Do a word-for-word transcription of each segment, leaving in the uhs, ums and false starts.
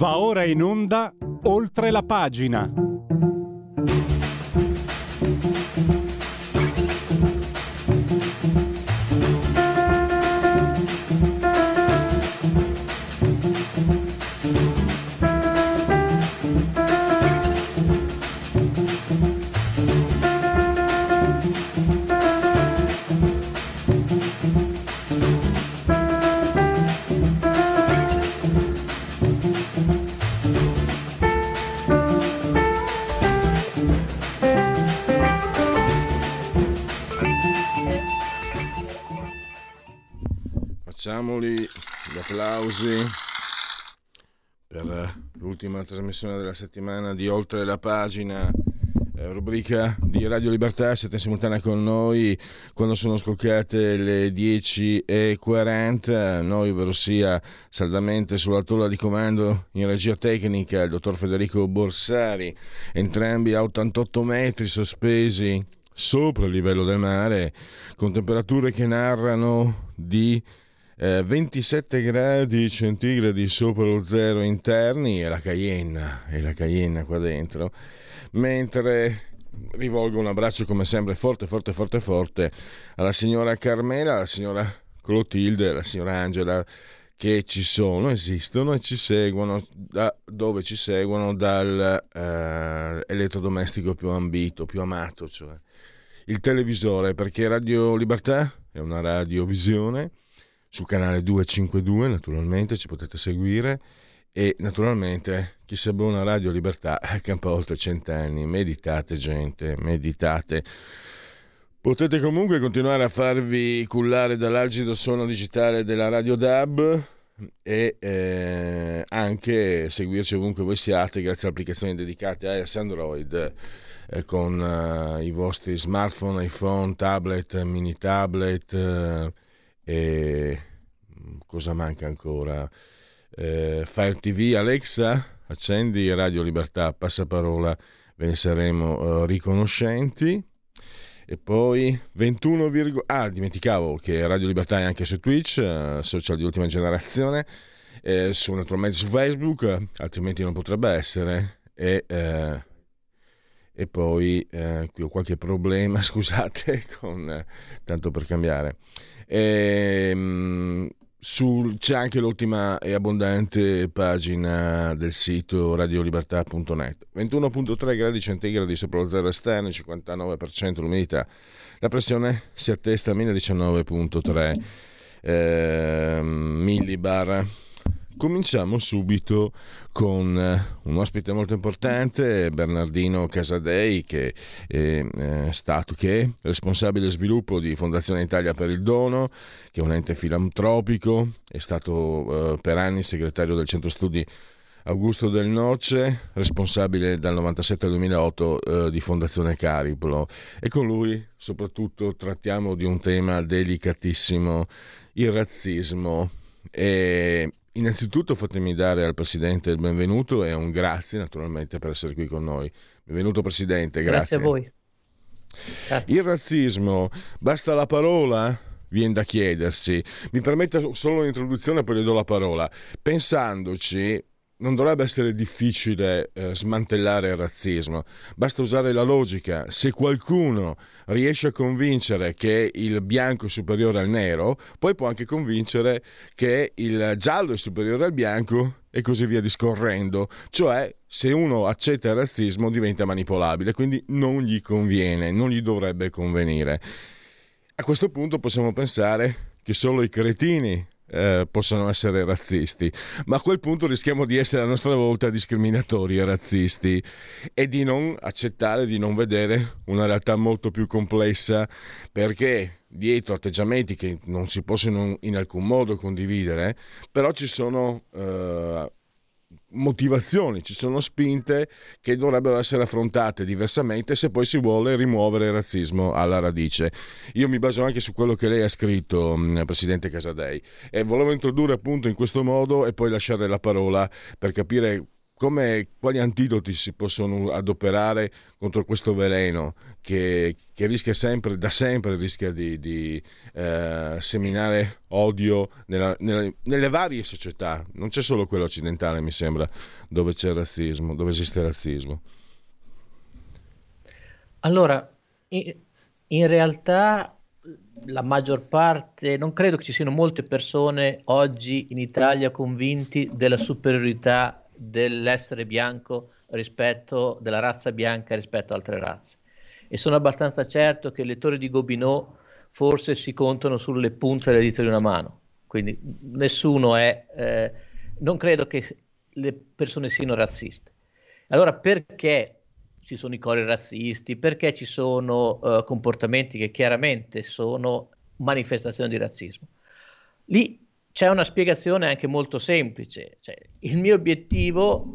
Va ora in onda Oltre la pagina. Facciamoli gli applausi per l'ultima trasmissione della settimana di Oltre la pagina, eh, rubrica di Radio Libertà. Siete in simultanea con noi quando sono scoccate le dieci e quaranta, noi ovvero sia saldamente sulla tolla di comando in regia tecnica il dottor Federico Borsari, entrambi a ottantotto metri sospesi sopra il livello del mare, con temperature che narrano di Eh, ventisette gradi centigradi sopra lo zero interni e la Cayenne, e la Cayenne qua dentro, mentre rivolgo un abbraccio come sempre forte forte forte forte alla signora Carmela, alla signora Clotilde, alla signora Angela, che ci sono, esistono e ci seguono, da dove ci seguono dal eh, elettrodomestico più ambito, più amato, cioè il televisore, perché Radio Libertà è una radiovisione. Sul canale duecentocinquantadue naturalmente ci potete seguire, e naturalmente chi si abbona a Radio Libertà campa oltre cent'anni. Meditate gente, meditate. Potete comunque continuare a farvi cullare dall'algido suono digitale della Radio D A B e eh, anche seguirci ovunque voi siate grazie a applicazioni dedicate a iOS Android, eh, con eh, i vostri smartphone, iPhone, tablet, mini tablet, eh, e cosa manca ancora? Eh, Fire T V, Alexa, accendi Radio Libertà, passaparola, ve ne saremo eh, riconoscenti. E poi ventuno, ah dimenticavo che Radio Libertà è anche su Twitch, eh, social di ultima generazione, eh, su, naturalmente su Facebook, altrimenti non potrebbe essere, e eh, e poi eh, qui ho qualche problema, scusate, con eh, tanto per cambiare. E, sul, c'è anche l'ultima e abbondante pagina del sito radiolibertà punto net. ventuno virgola tre gradi centigradi sopra lo zero esterno, cinquantanove per cento l'umidità, la pressione si attesta a mille diciannove virgola tre eh, millibar. Cominciamo subito con un ospite molto importante, Bernardino Casadei, che è, è stato che è responsabile sviluppo di Fondazione Italia per il Dono, che è un ente filantropico, è stato eh, per anni segretario del Centro Studi Augusto Del Noce, responsabile dal novantasette al duemilaotto eh, di Fondazione Cariplo, e con lui soprattutto trattiamo di un tema delicatissimo, il razzismo. E innanzitutto fatemi dare al Presidente il benvenuto e un grazie naturalmente per essere qui con noi. Benvenuto Presidente, grazie. Grazie a voi. Grazie. Il razzismo, basta la parola? Viene da chiedersi. Mi permetta solo un'introduzione, poi le do la parola. Pensandoci, non dovrebbe essere difficile eh, smantellare il razzismo, basta usare la logica. Se qualcuno riesce a convincere che il bianco è superiore al nero, poi può anche convincere che il giallo è superiore al bianco e così via discorrendo. Cioè, se uno accetta il razzismo diventa manipolabile, quindi non gli conviene, non gli dovrebbe convenire. A questo punto possiamo pensare che solo i cretini Eh, possano essere razzisti, ma a quel punto rischiamo di essere a nostra volta discriminatori e razzisti, e di non accettare, di non vedere una realtà molto più complessa, perché dietro atteggiamenti che non si possono in alcun modo condividere, però ci sono eh, motivazioni, ci sono spinte che dovrebbero essere affrontate diversamente se poi si vuole rimuovere il razzismo alla radice. Io mi baso anche su quello che lei ha scritto, Presidente Casadei, e volevo introdurre appunto in questo modo e poi lasciare la parola per capire come, quali antidoti si possono adoperare contro questo veleno che, che rischia sempre, da sempre rischia di, di eh, seminare odio nella, nella, nelle varie società, non c'è solo quella occidentale, mi sembra, dove c'è razzismo, dove esiste razzismo. Allora, in, in realtà la maggior parte, non credo che ci siano molte persone oggi in Italia convinti della superiorità dell'essere bianco rispetto della razza bianca rispetto ad altre razze. E sono abbastanza certo che i lettori di Gobineau forse si contano sulle punte delle dita di una mano. Quindi nessuno è, eh, non credo che le persone siano razziste. Allora perché ci sono i cori razzisti? Perché ci sono uh, comportamenti che chiaramente sono manifestazioni di razzismo? Lì c'è una spiegazione anche molto semplice. Cioè, il mio obiettivo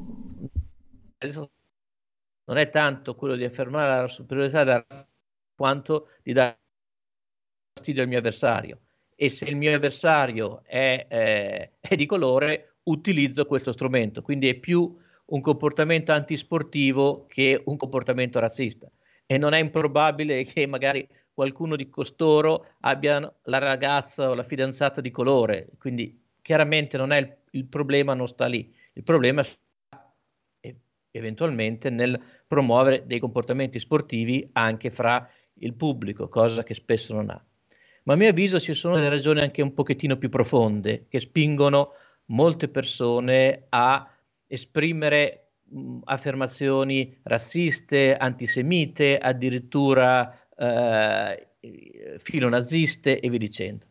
non è tanto quello di affermare la superiorità della razza quanto di dare fastidio al mio avversario. E se il mio avversario è, eh, è di colore, utilizzo questo strumento. Quindi è più un comportamento antisportivo che un comportamento razzista. E non è improbabile che magari qualcuno di costoro abbia la ragazza o la fidanzata di colore. Quindi chiaramente non è il, il problema, non sta lì. Il problema sta eventualmente nel promuovere dei comportamenti sportivi anche fra il pubblico, cosa che spesso non ha. Ma a mio avviso ci sono delle ragioni anche un pochettino più profonde che spingono molte persone a esprimere mh, affermazioni razziste, antisemite, addirittura eh, filonaziste e via dicendo.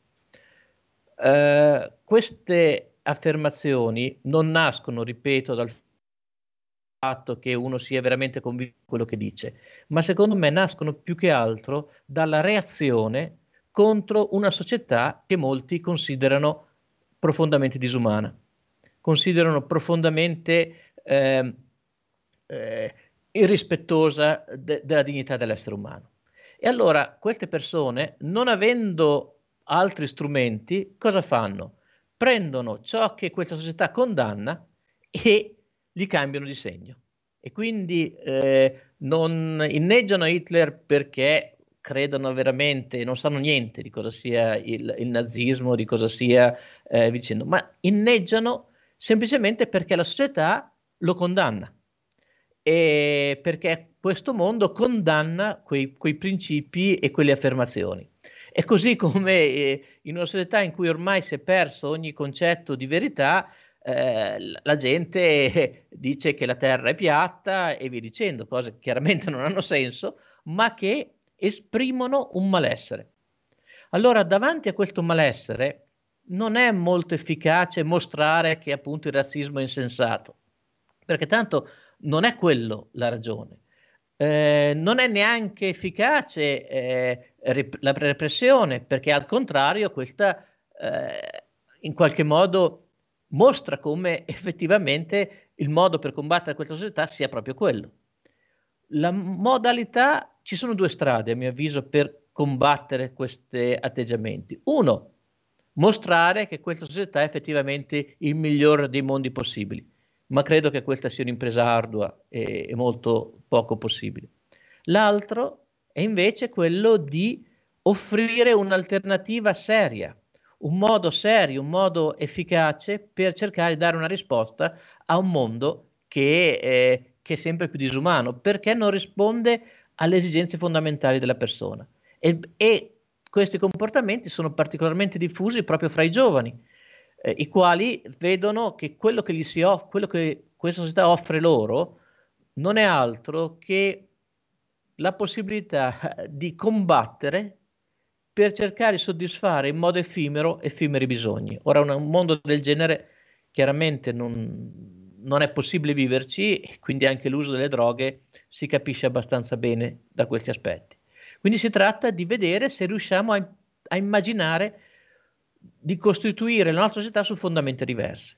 Eh, queste affermazioni non nascono, ripeto, dal fatto che uno sia veramente convinto di quello che dice, ma secondo me nascono più che altro dalla reazione contro una società che molti considerano profondamente disumana, considerano profondamente eh, eh, irrispettosa de- della dignità dell'essere umano. E allora queste persone, non avendo altri strumenti, cosa fanno? Prendono ciò che questa società condanna e gli cambiano di segno. E quindi eh, non inneggiano a Hitler perché credono veramente, non sanno niente di cosa sia il, il nazismo, di cosa sia eh, dicendo, ma inneggiano semplicemente perché la società lo condanna e perché questo mondo condanna quei, quei principi e quelle affermazioni. E così come eh, in una società in cui ormai si è perso ogni concetto di verità, eh, la gente dice che la terra è piatta e via dicendo, cose che chiaramente non hanno senso, ma che esprimono un malessere. Allora, davanti a questo malessere non è molto efficace mostrare che appunto il razzismo è insensato, perché tanto non è quello la ragione. Eh, non è neanche efficace eh, rep- la repressione, perché al contrario questa eh, in qualche modo mostra come effettivamente il modo per combattere questa società sia proprio quello. La modalità, ci sono due strade a mio avviso per combattere questi atteggiamenti. Uno, mostrare che questa società è effettivamente il migliore dei mondi possibili, ma credo che questa sia un'impresa ardua e, e molto poco possibile. L'altro è invece quello di offrire un'alternativa seria, un modo serio, un modo efficace per cercare di dare una risposta a un mondo che, eh, che è sempre più disumano, perché non risponde alle esigenze fondamentali della persona. E, e questi comportamenti sono particolarmente diffusi proprio fra i giovani, eh, i quali vedono che quello che, gli si off- quello che questa società offre loro non è altro che la possibilità di combattere per cercare di soddisfare in modo effimero effimeri bisogni. Ora, un mondo del genere chiaramente non, non è possibile viverci, e quindi anche l'uso delle droghe si capisce abbastanza bene da questi aspetti. Quindi si tratta di vedere se riusciamo a, a immaginare di costituire la nostra società su fondamenti diverse.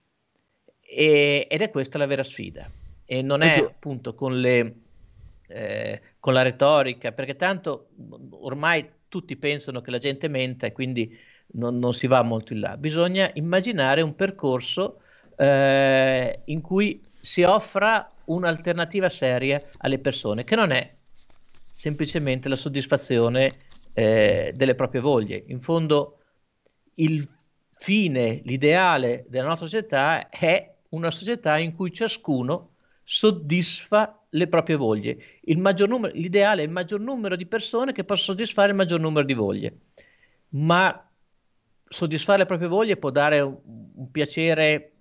E, ed è questa la vera sfida. E non è Ecco, appunto con le eh, con la retorica, perché tanto ormai tutti pensano che la gente menta e quindi non, non si va molto in là. Bisogna immaginare un percorso eh, in cui si offra un'alternativa seria alle persone, che non è semplicemente la soddisfazione eh, delle proprie voglie. In fondo il fine, l'ideale della nostra società è una società in cui ciascuno soddisfa le proprie voglie. Il maggior numero, l'ideale è il maggior numero di persone che possono soddisfare il maggior numero di voglie. Ma soddisfare le proprie voglie può dare un, un piacere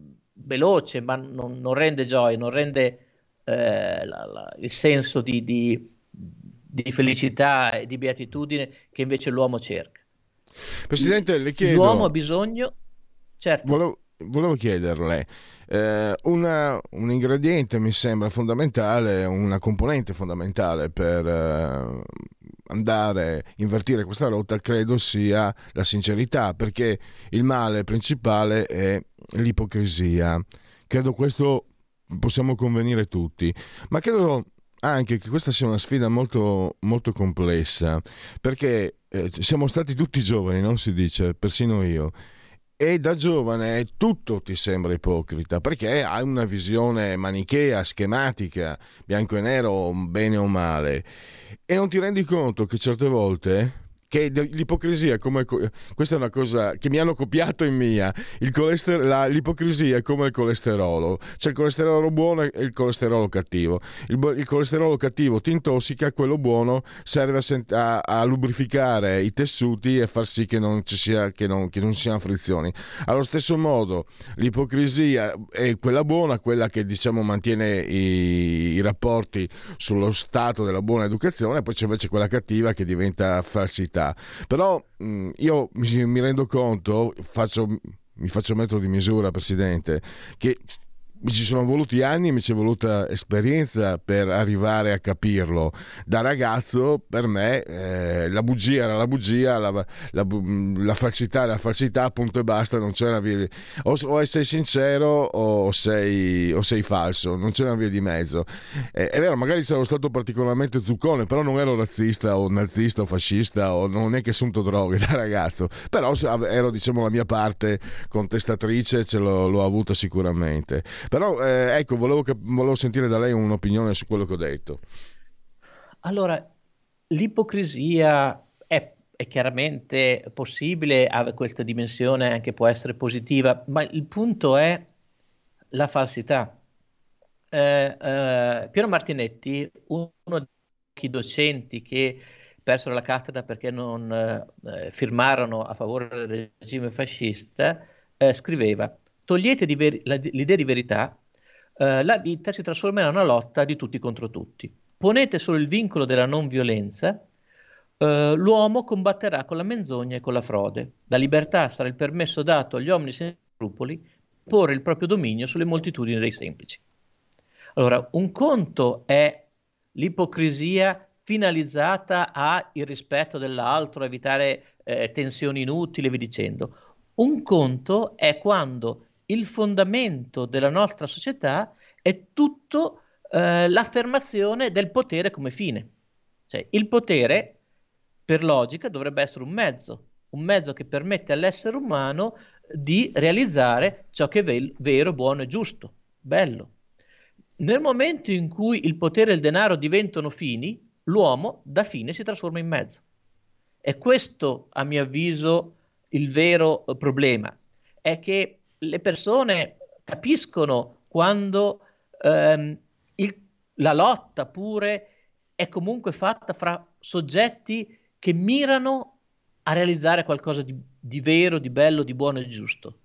veloce, ma non, non rende gioia, non rende eh, la, la, il senso di, di, di felicità e di beatitudine che invece l'uomo cerca. Presidente, le chiedo... L'uomo ha bisogno... Certo. Volevo, volevo chiederle, eh, una, un ingrediente mi sembra fondamentale, una componente fondamentale per eh, andare, invertire questa rotta, credo sia la sincerità, perché il male principale è l'ipocrisia. Credo questo possiamo convenire tutti, ma credo anche che questa sia una sfida molto, molto complessa, perché eh, siamo stati tutti giovani, non si dice, persino io, e da giovane tutto ti sembra ipocrita, perché hai una visione manichea, schematica, bianco e nero, bene o male, e non ti rendi conto che certe volte che l'ipocrisia, come questa è una cosa che mi hanno copiato in mia, il colesterolo, la, l'ipocrisia è come il colesterolo, c'è il colesterolo buono e il colesterolo cattivo. Il, il colesterolo cattivo ti intossica, quello buono serve a, a, a lubrificare i tessuti e far sì che non ci sia, che non, che non ci siano frizioni. Allo stesso modo l'ipocrisia è quella buona, quella che diciamo mantiene i, i rapporti sullo stato della buona educazione, e poi c'è invece quella cattiva che diventa falsità. Però mh, io mi, mi rendo conto, faccio, mi faccio metro di misura, Presidente, che mi ci sono voluti anni, mi ci è voluta esperienza per arrivare a capirlo. Da ragazzo per me eh, la bugia era la bugia, la, la, la falsità era la falsità, punto e basta, non c'era via. O, o sei sincero o sei, o sei falso, non c'era via di mezzo. Eh, è vero, magari sarò stato particolarmente zuccone, però non ero razzista o nazista o fascista, o non è che assunto droghe da ragazzo, però ero, diciamo, la mia parte contestatrice, ce l'ho, l'ho avuta sicuramente. Però eh, ecco, volevo, volevo sentire da lei un'opinione su quello che ho detto. Allora, l'ipocrisia è, è chiaramente possibile, ha questa dimensione, anche può essere positiva, ma il punto è la falsità. Eh, eh, Piero Martinetti, uno dei docenti che persero la cattedra perché non eh, firmarono a favore del regime fascista, eh, scriveva: togliete di veri- la, l'idea di verità, eh, la vita si trasformerà in una lotta di tutti contro tutti. Ponete solo il vincolo della non violenza, eh, l'uomo combatterà con la menzogna e con la frode. La libertà sarà il permesso dato agli uomini senza scrupoli porre il proprio dominio sulle moltitudini dei semplici. Allora, un conto è l'ipocrisia finalizzata al rispetto dell'altro, a evitare eh, tensioni inutili e via dicendo. Un conto è quando il fondamento della nostra società è tutto eh, l'affermazione del potere come fine. Cioè, il potere, per logica, dovrebbe essere un mezzo, un mezzo che permette all'essere umano di realizzare ciò che è ve- vero, buono e giusto, bello. Nel momento in cui il potere e il denaro diventano fini, l'uomo da fine si trasforma in mezzo. E questo, a mio avviso, il vero problema è che le persone capiscono quando ehm, il, la lotta pure è comunque fatta fra soggetti che mirano a realizzare qualcosa di, di vero, di bello, di buono e giusto.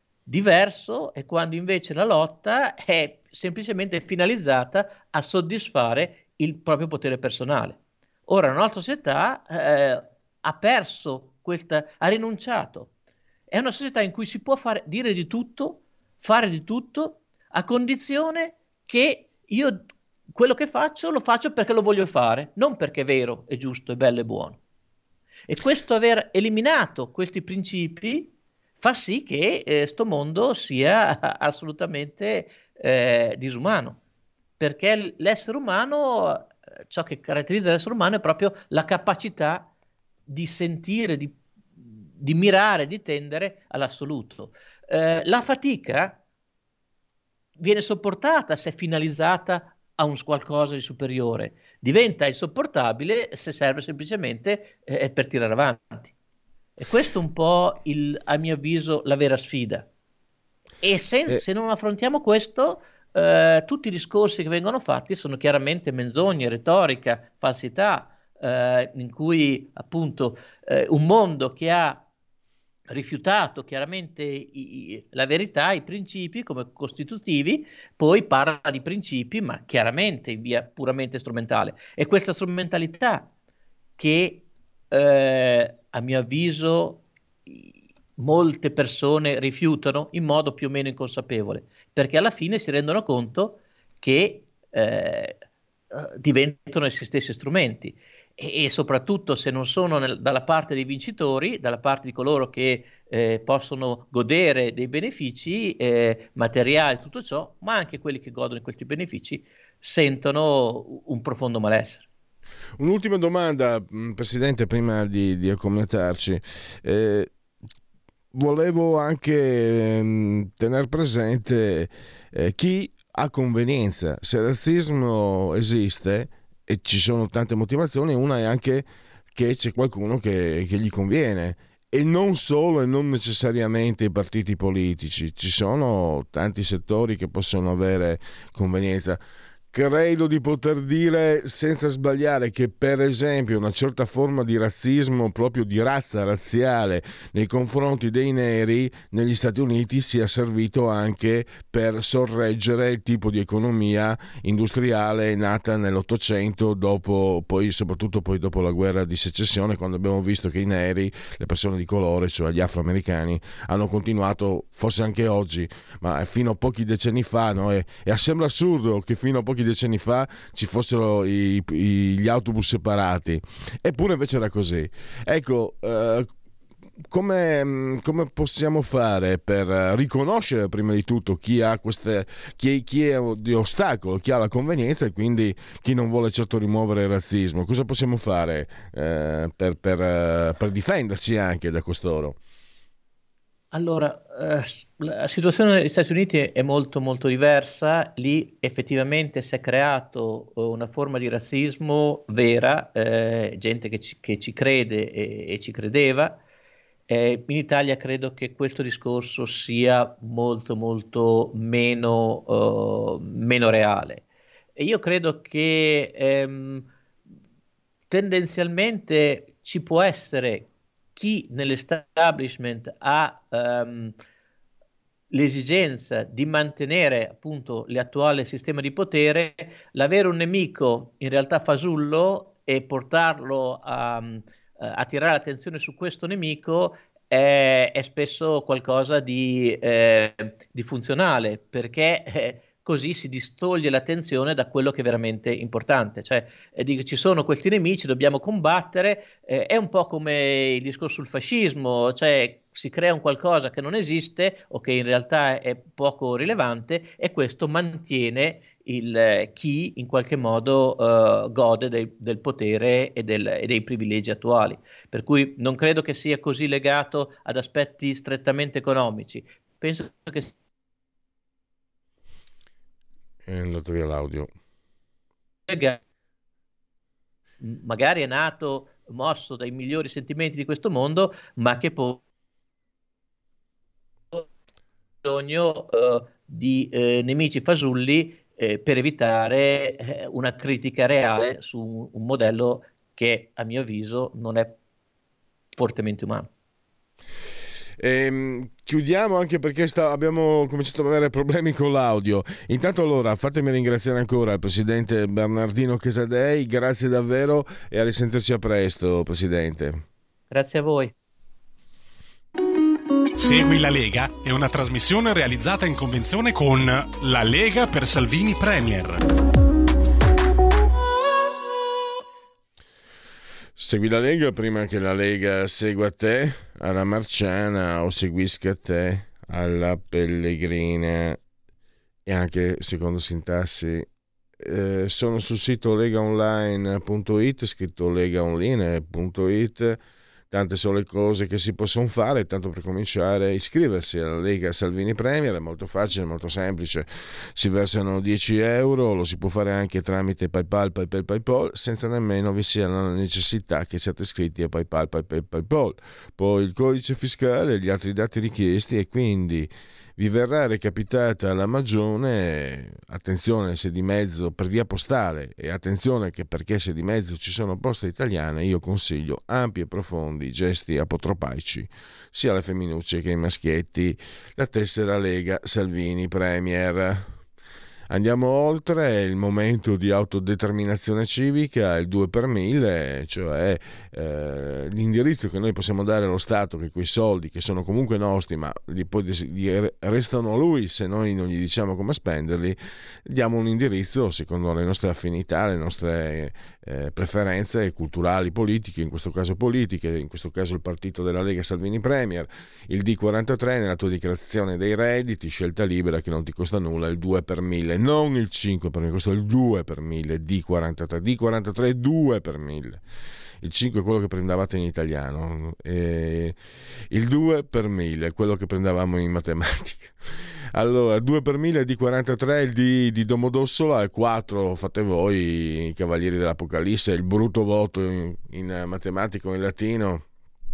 Diverso è quando invece la lotta è semplicemente finalizzata a soddisfare il proprio potere personale. Ora la nostra società eh, ha perso questa, ha rinunciato. È una società in cui si può fare, dire di tutto, fare di tutto, a condizione che io quello che faccio lo faccio perché lo voglio fare, non perché è vero, è giusto, è bello e buono. E questo aver eliminato questi principi fa sì che eh, sto mondo sia assolutamente eh, disumano, perché l'essere umano, ciò che caratterizza l'essere umano è proprio la capacità di sentire, di, di mirare, di tendere all'assoluto. Eh, la fatica viene sopportata se è finalizzata a un qualcosa di superiore, diventa insopportabile se serve semplicemente eh, per tirare avanti. E questo è un po', il, a mio avviso, la vera sfida. E se, Eh. se non affrontiamo questo, eh, tutti i discorsi che vengono fatti sono chiaramente menzogne, retorica, falsità, eh, in cui appunto eh, un mondo che ha rifiutato chiaramente i, i, la verità, i principi come costitutivi, poi parla di principi, ma chiaramente in via puramente strumentale. E questa strumentalità che eh, a mio avviso molte persone rifiutano in modo più o meno inconsapevole, perché alla fine si rendono conto che eh, diventano essi stessi strumenti. E, e soprattutto se non sono nel, dalla parte dei vincitori, dalla parte di coloro che eh, possono godere dei benefici eh, materiali, tutto ciò, ma anche quelli che godono di questi benefici sentono un profondo malessere. Un'ultima domanda, Presidente, prima di, di accomiatarci. Eh, volevo anche ehm, tenere presente eh, chi ha convenienza. Se il razzismo esiste, e ci sono tante motivazioni, una è anche che c'è qualcuno che, che gli conviene, e non solo e non necessariamente i partiti politici, ci sono tanti settori che possono avere convenienza. Credo di poter dire senza sbagliare che per esempio una certa forma di razzismo, proprio di razza razziale nei confronti dei neri negli Stati Uniti sia servito anche per sorreggere il tipo di economia industriale nata nell'Ottocento, dopo, poi soprattutto poi dopo la guerra di secessione, quando abbiamo visto che i neri, le persone di colore, cioè gli afroamericani, hanno continuato, forse anche oggi, ma fino a pochi decenni fa, no? E, e sembra assurdo che fino a pochi decenni fa ci fossero i, i, gli autobus separati, eppure invece era così. Ecco, eh, come, come possiamo fare per riconoscere prima di tutto chi ha queste, chi, chi è di ostacolo, chi ha la convenienza e quindi chi non vuole certo rimuovere il razzismo? Cosa possiamo fare eh, per, per, per difenderci anche da costoro? Allora, eh, la situazione negli Stati Uniti è molto molto diversa. Lì effettivamente si è creato una forma di razzismo vera, eh, gente che ci, che ci crede e, e ci credeva. Eh, in Italia credo che questo discorso sia molto molto meno, uh, meno reale. E io credo che ehm, tendenzialmente ci può essere chi nell'establishment ha um, l'esigenza di mantenere appunto l'attuale sistema di potere, l'avere un nemico in realtà fasullo e portarlo a, uh, attirare l'attenzione su questo nemico è, è spesso qualcosa di, eh, di funzionale, perché eh, così si distoglie l'attenzione da quello che è veramente importante. Cioè, eh, dico, ci sono questi nemici, dobbiamo combattere, eh, è un po' come il discorso sul fascismo, cioè si crea un qualcosa che non esiste o che in realtà è poco rilevante e questo mantiene il, eh, chi in qualche modo uh, gode dei, del potere e, del, e dei privilegi attuali. Per cui non credo che sia così legato ad aspetti strettamente economici. Penso che È andato via l'audio. Magari è nato mosso dai migliori sentimenti di questo mondo, ma che poi ha bisogno uh, di eh, nemici fasulli eh, per evitare eh, una critica reale su un, un modello che a mio avviso non è fortemente umano. Ehm, chiudiamo anche perché sta, abbiamo cominciato ad avere problemi con l'audio. Intanto allora fatemi ringraziare ancora il presidente Bernardino Casadei, grazie davvero e a risentirci a presto, presidente. Grazie a voi. Segui la Lega è una trasmissione realizzata in convenzione con La Lega per Salvini Premier. Segui la Lega prima che la Lega segua te alla Marciana o seguisca te alla Pellegrina, e anche secondo sintassi. Eh, sono sul sito legaonline punto it, scritto legaonline punto it. tante sono le cose che si possono fare. Tanto per cominciare, iscriversi alla Lega Salvini Premier è molto facile, molto semplice. Si versano dieci euro, lo si può fare anche tramite PayPal, PayPal, PayPal, senza nemmeno vi sia la necessità che siate iscritti a PayPal, PayPal, PayPal. Poi il codice fiscale, gli altri dati richiesti, e quindi vi verrà recapitata la magione. Attenzione se di mezzo per via postale, e attenzione che perché se di mezzo ci sono poste italiane, io consiglio ampi e profondi gesti apotropaici sia alle femminucce che ai maschietti. La tessera Lega Salvini Premier. Andiamo oltre, è il momento di autodeterminazione civica, il due per mille, cioè eh, l'indirizzo che noi possiamo dare allo Stato, che quei soldi che sono comunque nostri ma li poi li restano a lui se noi non gli diciamo come spenderli, diamo un indirizzo secondo le nostre affinità, le nostre eh, preferenze culturali, politiche, in questo caso politiche, in questo caso il partito della Lega Salvini Premier, il D quarantatré nella tua dichiarazione dei redditi, scelta libera che non ti costa nulla, il due per mille, non il cinque per mille, questo è il due per mille, D quarantatré, D quarantatré due per mille. Il cinque è quello che prendevate in italiano, e il due per mille è quello che prendevamo in matematica. Allora, due per mille, D quarantatré, il D di Domodossola, il quattro fate voi, i Cavalieri dell'Apocalisse, il brutto voto in, in matematica o in latino,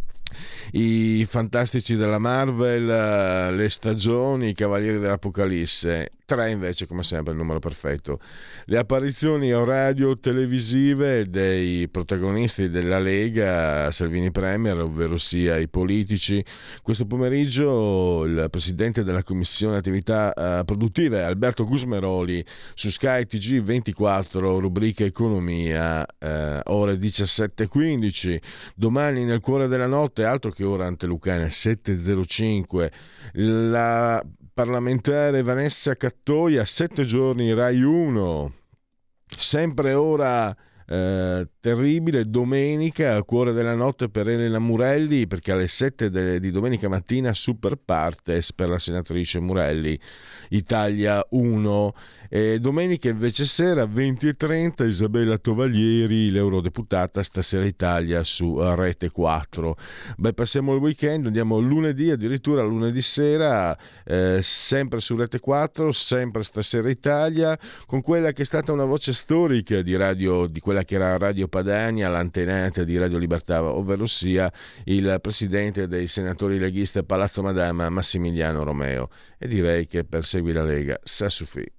i fantastici della Marvel, le stagioni, i Cavalieri dell'Apocalisse. Tre invece, come sempre, il numero perfetto. Le apparizioni radio televisive dei protagonisti della Lega Salvini Premier, ovvero sia i politici. Questo pomeriggio il presidente della Commissione Attività uh, Produttive, Alberto Gusmeroli, su Sky T G ventiquattro, rubrica Economia, uh, ore diciassette e quindici. Domani nel cuore della notte, altro che ora antelucana, sette e zero cinque, la parlamentare Vanessa Cattoia, sette giorni Rai uno, sempre ora eh, terribile, domenica, cuore della notte per Elena Murelli, perché alle sette de- di domenica mattina Super Partes per la senatrice Murelli, Italia uno. E domenica invece sera venti e trenta Isabella Tovaglieri, l'eurodeputata, Stasera Italia su Rete quattro. Beh, passiamo il weekend, andiamo lunedì, addirittura lunedì sera, eh, sempre su Rete quattro, sempre Stasera Italia, con quella che è stata una voce storica di radio, di quella che era Radio Padania, l'antenata di Radio Libertà, ovvero sia il presidente dei senatori leghisti a Palazzo Madama, Massimiliano Romeo. E direi che per Segui la Lega ça suffit.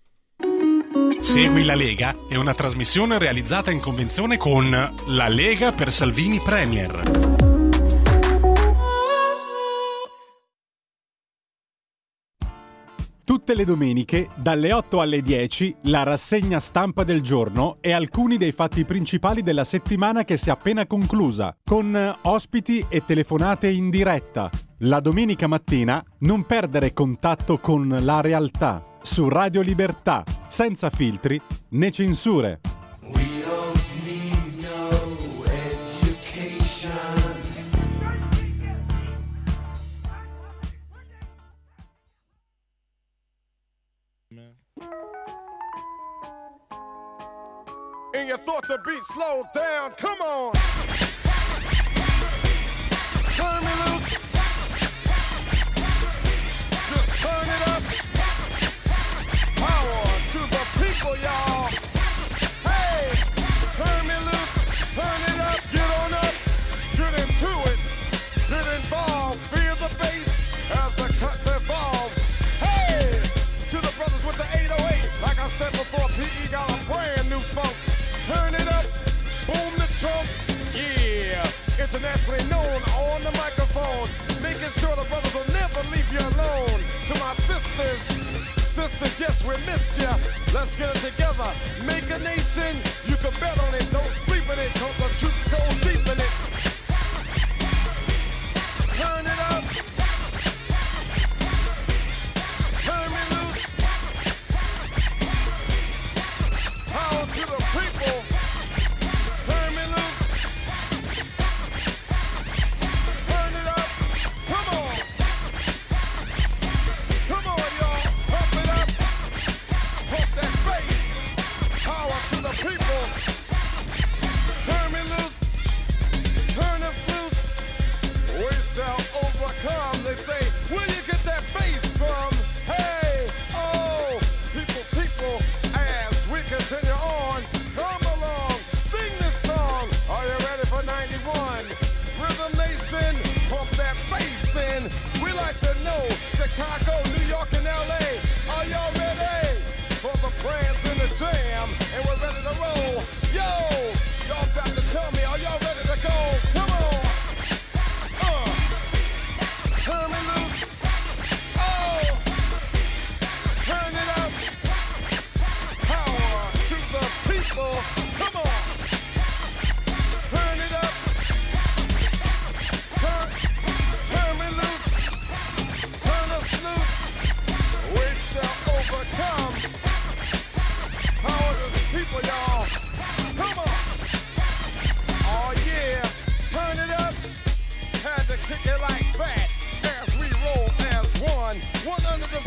Segui la Lega è una trasmissione realizzata in convenzione con La Lega per Salvini Premier. Tutte le domeniche, dalle otto alle dieci, la rassegna stampa del giorno e alcuni dei fatti principali della settimana che si è appena conclusa, con ospiti e telefonate in diretta. La domenica mattina non perdere contatto con la realtà. Su Radio Libertà, senza filtri né censure. We don't need no education. And you thought the beat slowed down, come on. Turn me loose. Just turn it up. Power to the people, y'all. Hey, turn me loose, turn it up, get on up, get into it, get involved, feel the bass as the cut evolves. Hey, to the brothers with the eight oh eight, like I said before, P E got a brand new funk. Turn it up, boom the trunk, yeah, internationally known on the microphone, making sure the brothers will never leave you alone. To my sisters, sisters, yes, we missed ya. Let's get it together. Make a nation. You can bet on it. Don't sleep in it. Cause the troops go deep in it. Turn it up. Turn me loose. Power to the people. Turn me loose. Turn it up. Come on. Come on, y'all. Pump it up. Pump that bass. Power to the people. Turn me loose.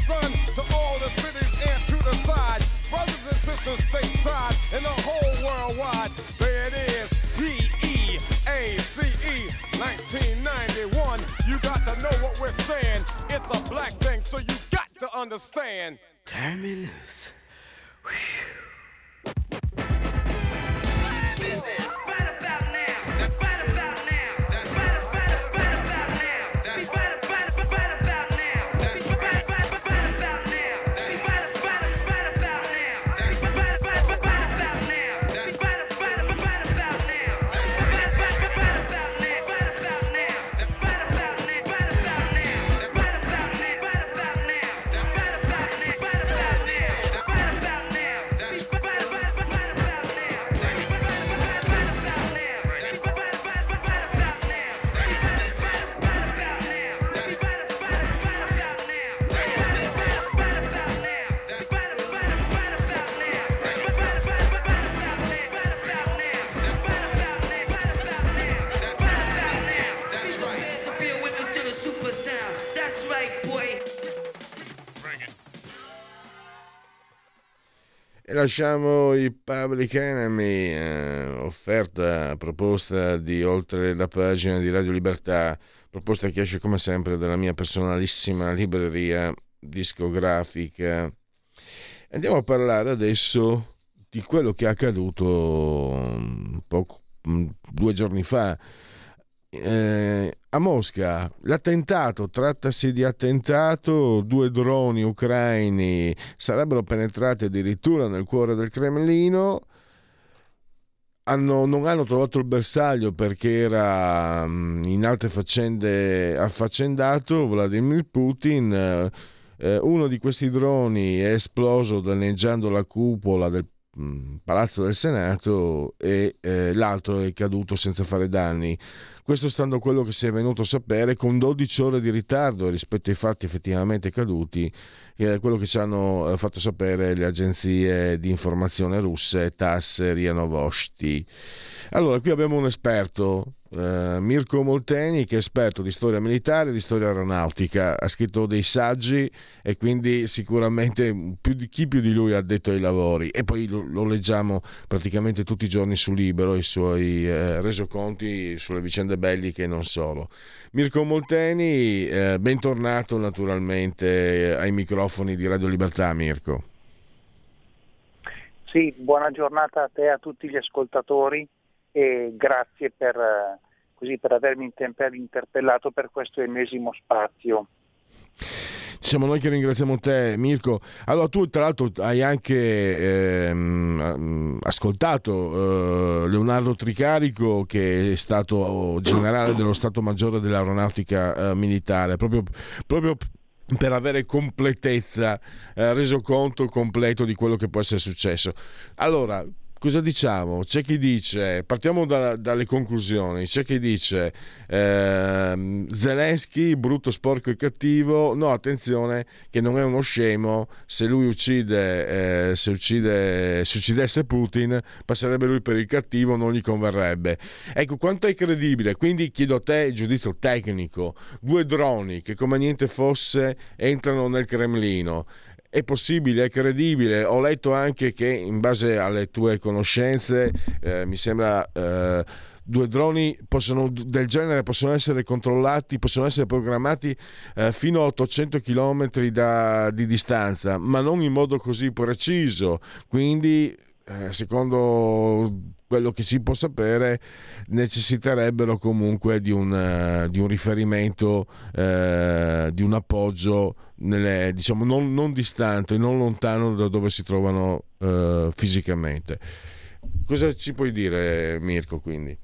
sun to all the cities and to the side. Brothers and sisters stateside and the whole worldwide. There it is, P E A C E, nineteen ninety-one. You got to know what we're saying. It's a black thing, so you got to understand. Turn me loose. Whew. E lasciamo i Public Enemy, eh, offerta, proposta di Oltre la pagina di Radio Libertà, proposta che esce come sempre dalla mia personalissima libreria discografica. Andiamo a parlare adesso di quello che è accaduto un poco, due giorni fa. Eh, a Mosca, l'attentato, trattasi di attentato, due droni ucraini sarebbero penetrati addirittura nel cuore del Cremlino, hanno, non hanno trovato il bersaglio perché era in altre faccende affaccendato Vladimir Putin. Eh, uno di questi droni è esploso danneggiando la cupola del Palazzo del Senato e eh, l'altro è caduto senza fare danni. Questo stando a quello che si è venuto a sapere con dodici ore di ritardo rispetto ai fatti effettivamente accaduti, eh, quello che ci hanno eh, fatto sapere le agenzie di informazione russe TASS e RIA Novosti. Allora, qui abbiamo un esperto, eh, Mirko Molteni, che è esperto di storia militare e di storia aeronautica, ha scritto dei saggi e quindi sicuramente più di, chi più di lui ha addetto ai lavori, e poi lo, lo leggiamo praticamente tutti i giorni su Libero, i suoi eh, resoconti sulle vicende belliche e non solo. Mirko Molteni, eh, bentornato naturalmente ai microfoni di Radio Libertà. Mirko. Sì, buona giornata a te e a tutti gli ascoltatori e grazie per, così, per avermi interpellato per questo ennesimo spazio. Siamo noi che ringraziamo te, Mirko. Allora, tu tra l'altro hai anche ehm, ascoltato eh, Leonardo Tricarico, che è stato generale dello Stato Maggiore dell'Aeronautica eh, Militare, proprio, proprio per avere completezza, eh, reso conto completo di quello che può essere successo. Allora, cosa diciamo? C'è chi dice, partiamo da, dalle conclusioni, c'è chi dice eh, Zelensky brutto, sporco e cattivo. No, attenzione che non è uno scemo, se lui uccide eh, se uccide se uccidesse Putin passerebbe lui per il cattivo, non gli converrebbe. Ecco, quanto è credibile? Quindi chiedo a te il giudizio tecnico. Due droni che come niente fosse entrano nel Cremlino. È possibile, è credibile? Ho letto anche che, in base alle tue conoscenze, eh, mi sembra eh, due droni possono, del genere possono essere controllati, possono essere programmati eh, fino a ottocento chilometri da, di distanza, ma non in modo così preciso. Quindi, eh, secondo quello che si può sapere, necessiterebbero comunque di un, uh, di un riferimento, uh, di un appoggio nelle, diciamo, non, non distante, non lontano da dove si trovano uh, fisicamente. Cosa ci puoi dire, Mirko, quindi?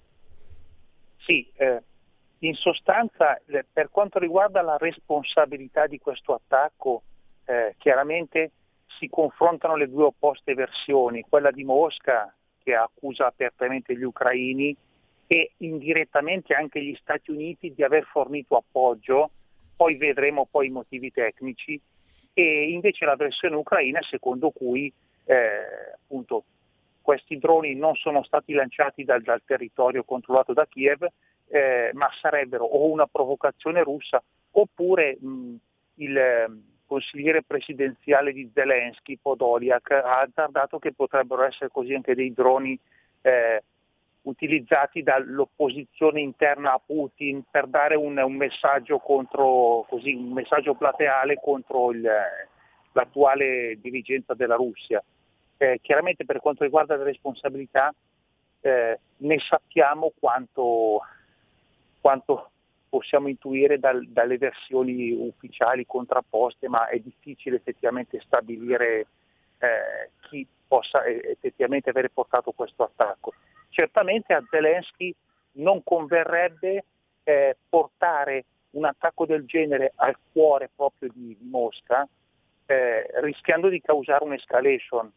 Sì, eh, in sostanza, eh, per quanto riguarda la responsabilità di questo attacco, eh, chiaramente si confrontano le due opposte versioni, quella di Mosca, che accusa apertamente gli ucraini, e indirettamente anche gli Stati Uniti di aver fornito appoggio, poi vedremo poi i motivi tecnici, e invece la versione ucraina secondo cui eh, appunto questi droni non sono stati lanciati dal, dal territorio controllato da Kiev, eh, ma sarebbero o una provocazione russa oppure mh, il, consigliere presidenziale di Zelensky, Podolyak, ha azzardato che potrebbero essere così anche dei droni eh, utilizzati dall'opposizione interna a Putin per dare un, un messaggio contro, così, un messaggio plateale contro il, l'attuale dirigenza della Russia. Eh, chiaramente per quanto riguarda le responsabilità, eh, ne sappiamo quanto, quanto possiamo intuire dal, dalle versioni ufficiali contrapposte, ma è difficile effettivamente stabilire eh, chi possa effettivamente avere portato questo attacco. Certamente a Zelensky non converrebbe eh, portare un attacco del genere al cuore proprio di, di Mosca, eh, rischiando di causare un'escalation,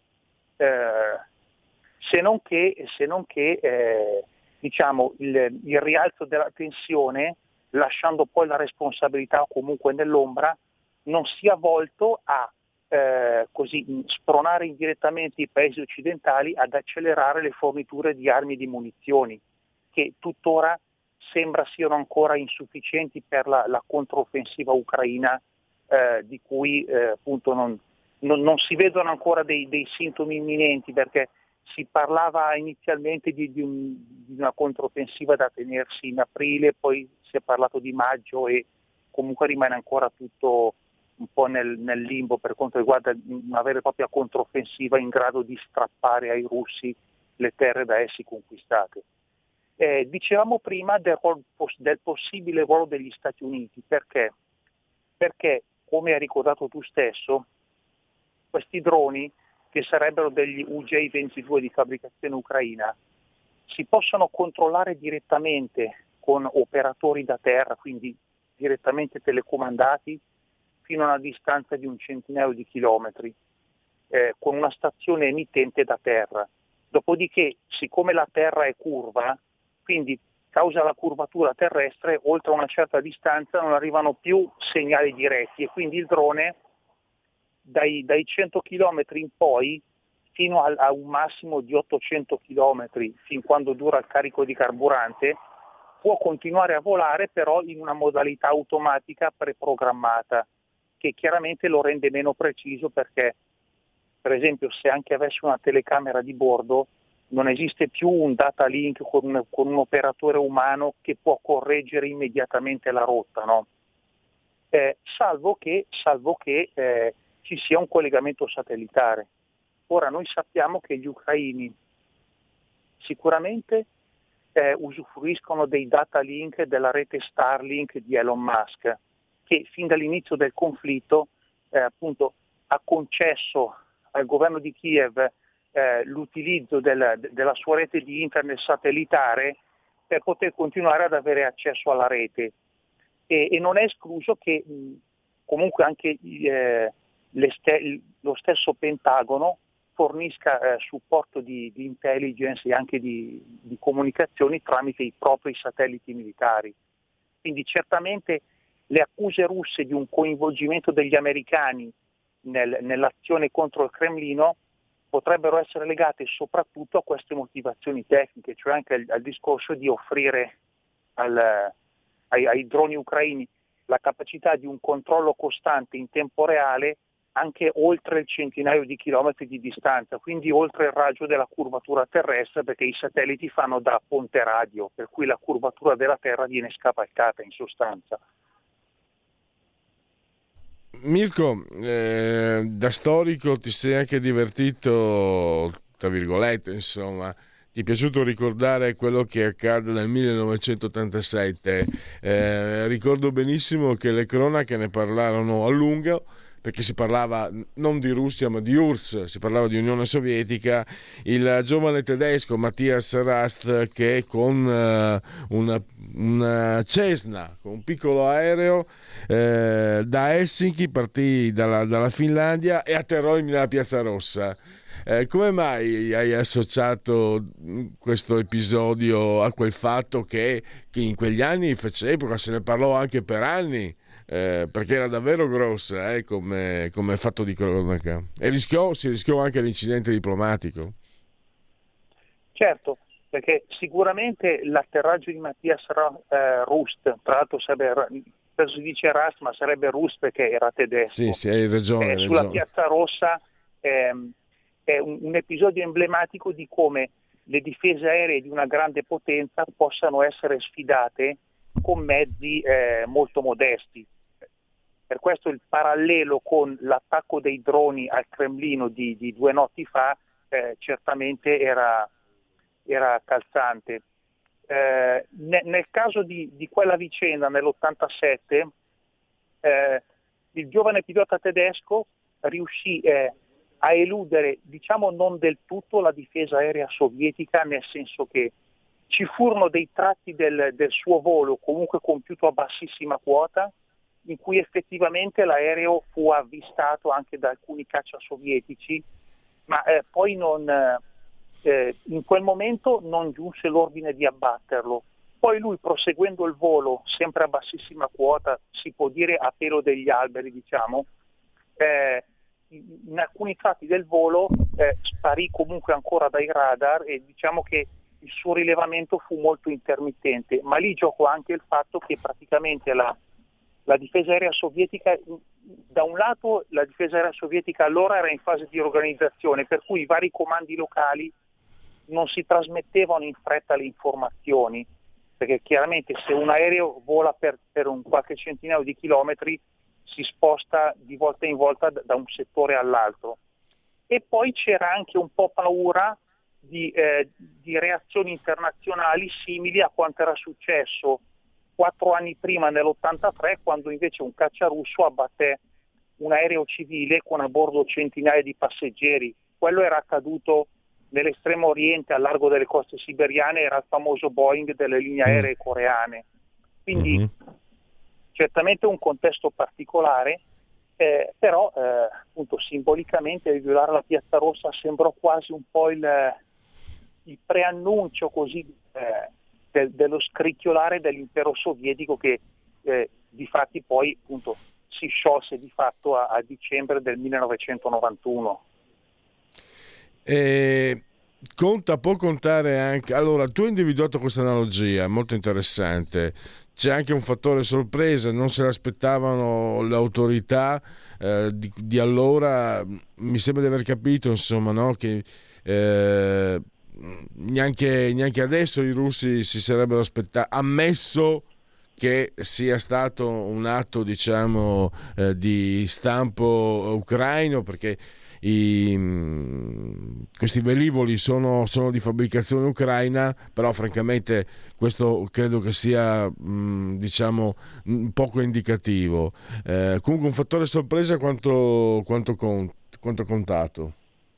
eh, se non che, se non che eh, diciamo il, il rialzo della tensione, lasciando poi la responsabilità comunque nell'ombra, non sia volto a Eh, così spronare indirettamente i paesi occidentali ad accelerare le forniture di armi e di munizioni, che tuttora sembra siano ancora insufficienti per la, la controffensiva ucraina, eh, di cui eh, appunto non, non, non si vedono ancora dei, dei sintomi imminenti, perché si parlava inizialmente di, di, un, di una controffensiva da tenersi in aprile, poi si è parlato di maggio e comunque rimane ancora tutto un po' nel, nel limbo per quanto riguarda una vera e propria controffensiva in grado di strappare ai russi le terre da essi conquistate. Eh, dicevamo prima del, del possibile ruolo degli Stati Uniti, perché? Perché, come hai ricordato tu stesso, questi droni, che sarebbero degli U J ventidue di fabbricazione ucraina, si possono controllare direttamente con operatori da terra, quindi direttamente telecomandati, fino a una distanza di un centinaio di chilometri, eh, con una stazione emittente da terra. Dopodiché, siccome la terra è curva, quindi causa la curvatura terrestre, oltre una certa distanza non arrivano più segnali diretti e quindi il drone dai, dai cento chilometri in poi fino a, a un massimo di ottocento chilometri, fin quando dura il carico di carburante, può continuare a volare però in una modalità automatica preprogrammata, che chiaramente lo rende meno preciso, perché per esempio se anche avessi una telecamera di bordo non esiste più un data link con un, con un operatore umano che può correggere immediatamente la rotta, no? eh, salvo che, salvo che eh, ci sia un collegamento satellitare. Ora noi sappiamo che gli ucraini sicuramente eh, usufruiscono dei data link della rete Starlink di Elon Musk, che fin dall'inizio del conflitto eh, appunto ha concesso al governo di Kiev eh, l'utilizzo del, della sua rete di internet satellitare per poter continuare ad avere accesso alla rete. E, e non è escluso che mh, comunque anche eh, le ste- lo stesso Pentagono fornisca eh, supporto di, di intelligence e anche di, di comunicazioni tramite i propri satelliti militari. Quindi certamente le accuse russe di un coinvolgimento degli americani nel, nell'azione contro il Cremlino potrebbero essere legate soprattutto a queste motivazioni tecniche, cioè anche al, al discorso di offrire al, ai, ai droni ucraini la capacità di un controllo costante in tempo reale anche oltre il centinaio di chilometri di distanza, quindi oltre il raggio della curvatura terrestre, perché i satelliti fanno da ponte radio, per cui la curvatura della Terra viene scavalcata in sostanza. Mirko, eh, da storico ti sei anche divertito, tra virgolette, insomma, ti è piaciuto ricordare quello che accade nel millenovecentottantasette. Eh, ricordo benissimo che le cronache ne parlarono a lungo, perché si parlava non di Russia ma di U R S S, si parlava di Unione Sovietica. Il giovane tedesco Matthias Rast, che con uh, una, una Cessna, con un piccolo aereo eh, da Helsinki partì dalla, dalla Finlandia e atterrò nella Piazza Rossa. Eh, come mai hai associato questo episodio a quel fatto che, che in quegli anni fece epoca, se ne parlò anche per anni? Eh, perché era davvero grossa eh, come, come fatto di cronaca, e rischiò, si rischiò anche l'incidente diplomatico. Certo, perché sicuramente l'atterraggio di Matthias eh, Rust, tra l'altro sarebbe adesso si dice Rust, ma sarebbe Rust perché era tedesco. Sì, sì, hai ragione. Eh, hai sulla ragione. Piazza Rossa ehm, è un, un episodio emblematico di come le difese aeree di una grande potenza possano essere sfidate con mezzi eh, molto modesti. Per questo il parallelo con l'attacco dei droni al Cremlino di, di due notti fa eh, certamente era, era calzante. Eh, ne, nel caso di, di quella vicenda nell'ottantasette, eh, il giovane pilota tedesco riuscì eh, a eludere, diciamo non del tutto, la difesa aerea sovietica, nel senso che ci furono dei tratti del, del suo volo, comunque compiuto a bassissima quota, in cui effettivamente l'aereo fu avvistato anche da alcuni caccia sovietici, ma eh, poi non, eh, in quel momento non giunse l'ordine di abbatterlo. Poi lui, proseguendo il volo, sempre a bassissima quota, si può dire a pelo degli alberi, diciamo, eh, in alcuni tratti del volo eh, sparì comunque ancora dai radar e diciamo che il suo rilevamento fu molto intermittente, ma lì giocò anche il fatto che praticamente la, la difesa aerea sovietica, da un lato la difesa aerea sovietica allora era in fase di organizzazione, per cui i vari comandi locali non si trasmettevano in fretta le informazioni, perché chiaramente se un aereo vola per, per un qualche centinaio di chilometri si sposta di volta in volta da un settore all'altro. E poi c'era anche un po' paura di, eh, di reazioni internazionali simili a quanto era successo quattro anni prima nell'ottantatré, quando invece un caccia russo abbatté un aereo civile con a bordo centinaia di passeggeri. Quello era accaduto nell'estremo oriente, al largo delle coste siberiane, era il famoso Boeing delle linee aeree coreane. Quindi mm-hmm. certamente un contesto particolare, eh, però eh, appunto simbolicamente violare la Piazza Rossa sembrò quasi un po' il, il preannuncio così eh, de, dello scricchiolare dell'impero sovietico che eh, difatti poi appunto si sciolse di fatto a, a dicembre del millenovecentonovantuno. E conta, può contare anche, allora tu hai individuato questa analogia molto interessante, c'è anche un fattore sorpresa, non se l'aspettavano le autorità eh, di, di allora, mi sembra di aver capito insomma, no? Che eh, neanche, neanche adesso i russi si sarebbero aspettati, ammesso che sia stato un atto diciamo eh, di stampo ucraino, perché I, questi velivoli sono, sono di fabbricazione ucraina, però francamente questo credo che sia mh, diciamo poco indicativo. Eh, comunque un fattore sorpresa quanto, quanto, cont, quanto contato?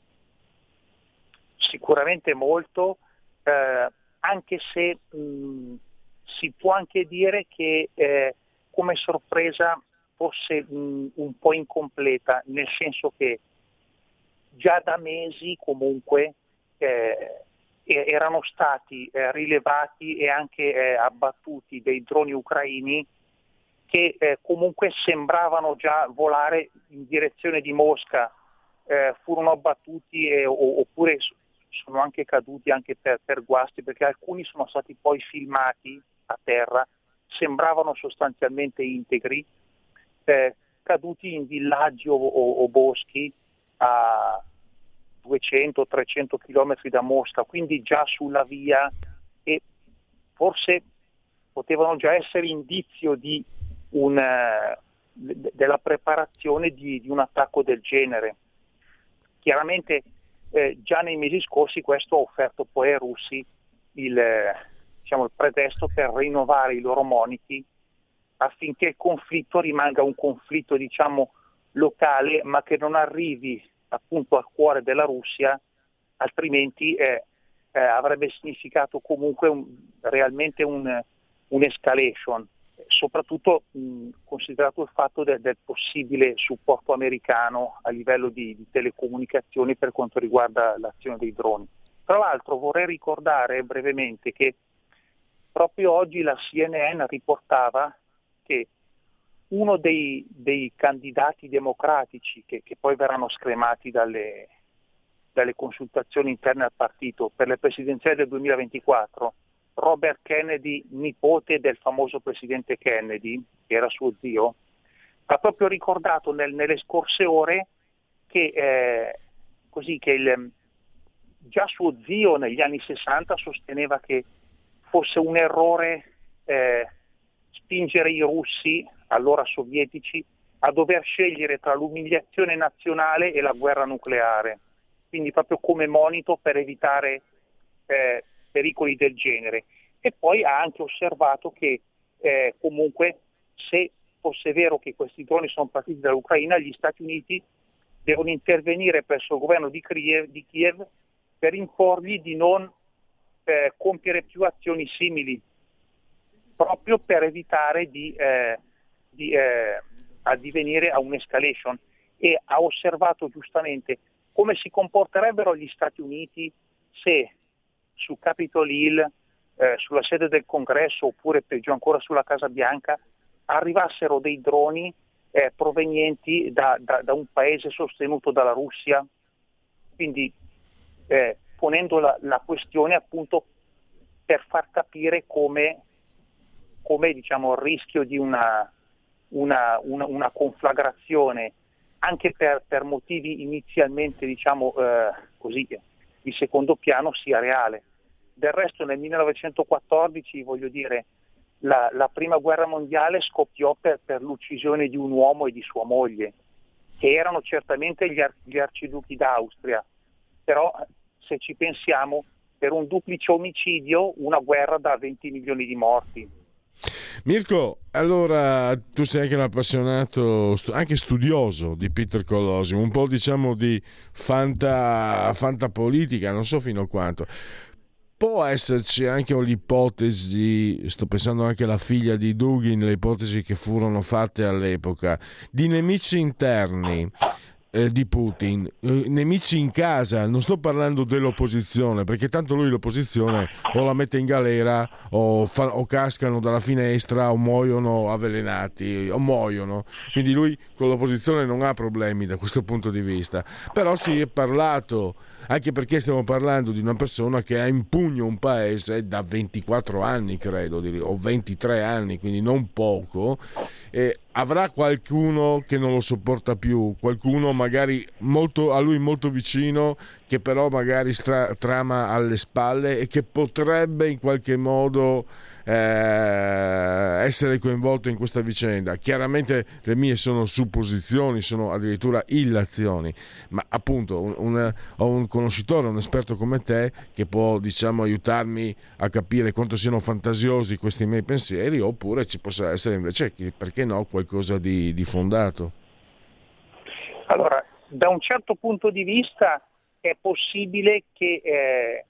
Sicuramente molto, eh, anche se mh, si può anche dire che eh, come sorpresa fosse mh, un po' incompleta, nel senso che già da mesi comunque eh, erano stati eh, rilevati e anche eh, abbattuti dei droni ucraini che eh, comunque sembravano già volare in direzione di Mosca, eh, furono abbattuti e, o, oppure sono anche caduti anche per, per guasti, perché alcuni sono stati poi filmati a terra, sembravano sostanzialmente integri, eh, caduti in villaggi o, o, o boschi a duecento trecento chilometri da Mosca, quindi già sulla via, e forse potevano già essere indizio di un, de, della preparazione di, di un attacco del genere. Chiaramente eh, già nei mesi scorsi questo ha offerto poi ai russi il, diciamo, il pretesto per rinnovare i loro moniti affinché il conflitto rimanga un conflitto diciamo locale, ma che non arrivi appunto al cuore della Russia, altrimenti eh, eh, avrebbe significato comunque un, realmente un, un'escalation, soprattutto mh, considerato il fatto de, del possibile supporto americano a livello di, di telecomunicazioni per quanto riguarda l'azione dei droni. Tra l'altro vorrei ricordare brevemente che proprio oggi la C N N riportava che uno dei, dei candidati democratici che, che poi verranno scremati dalle, dalle consultazioni interne al partito per le presidenziali del duemilaventiquattro Robert Kennedy, nipote del famoso presidente Kennedy, che era suo zio, ha proprio ricordato nel, nelle scorse ore che, eh, così, che il, già suo zio negli anni sessanta sosteneva che fosse un errore eh, spingere i russi, allora sovietici, a dover scegliere tra l'umiliazione nazionale e la guerra nucleare, quindi proprio come monito per evitare eh, pericoli del genere. E poi ha anche osservato che eh, comunque se fosse vero che questi droni sono partiti dall'Ucraina, gli Stati Uniti devono intervenire presso il governo di Kiev, di Kiev per imporgli di non eh, compiere più azioni simili, proprio per evitare di, eh, di eh, addivenire a un'escalation. E ha osservato giustamente come si comporterebbero gli Stati Uniti se su Capitol Hill, eh, sulla sede del Congresso, oppure peggio ancora sulla Casa Bianca, arrivassero dei droni eh, provenienti da, da, da un paese sostenuto dalla Russia, quindi eh, ponendo la, la questione appunto per far capire come, come diciamo, il rischio di una, una, una, una conflagrazione, anche per, per motivi inizialmente diciamo eh, così di secondo piano, sia reale. Del resto nel millenovecentoquattordici, voglio dire, la, la prima guerra mondiale scoppiò per, per l'uccisione di un uomo e di sua moglie, che erano certamente gli, ar- gli arciduchi d'Austria, però se ci pensiamo, per un duplice omicidio una guerra da venti milioni di morti. Mirko, allora tu sei anche un appassionato, anche studioso di Peter Colosimo, un po' diciamo di fanta, fantapolitica, non so fino a quanto. Può esserci anche l'ipotesi, sto pensando anche alla figlia di Dugin, le ipotesi che furono fatte all'epoca, di nemici interni eh, di Putin, eh, nemici in casa, non sto parlando dell'opposizione, perché tanto lui l'opposizione o la mette in galera o, fa, o cascano dalla finestra o muoiono avvelenati o muoiono, quindi lui con l'opposizione non ha problemi da questo punto di vista. Però si è parlato, anche perché stiamo parlando di una persona che ha in pugno un paese da ventiquattro anni, credo, o ventitré anni, quindi non poco, e avrà qualcuno che non lo sopporta più, qualcuno magari molto, a lui molto vicino, che però magari stra- trama alle spalle e che potrebbe in qualche modo eh, essere coinvolto in questa vicenda. Chiaramente le mie sono supposizioni, sono addirittura illazioni, ma appunto un, un, ho un conoscitore, un esperto come te che può diciamo aiutarmi a capire quanto siano fantasiosi questi miei pensieri, oppure ci possa essere invece, perché no, qualcosa di, di fondato. Allora, da un certo punto di vista è possibile che eh,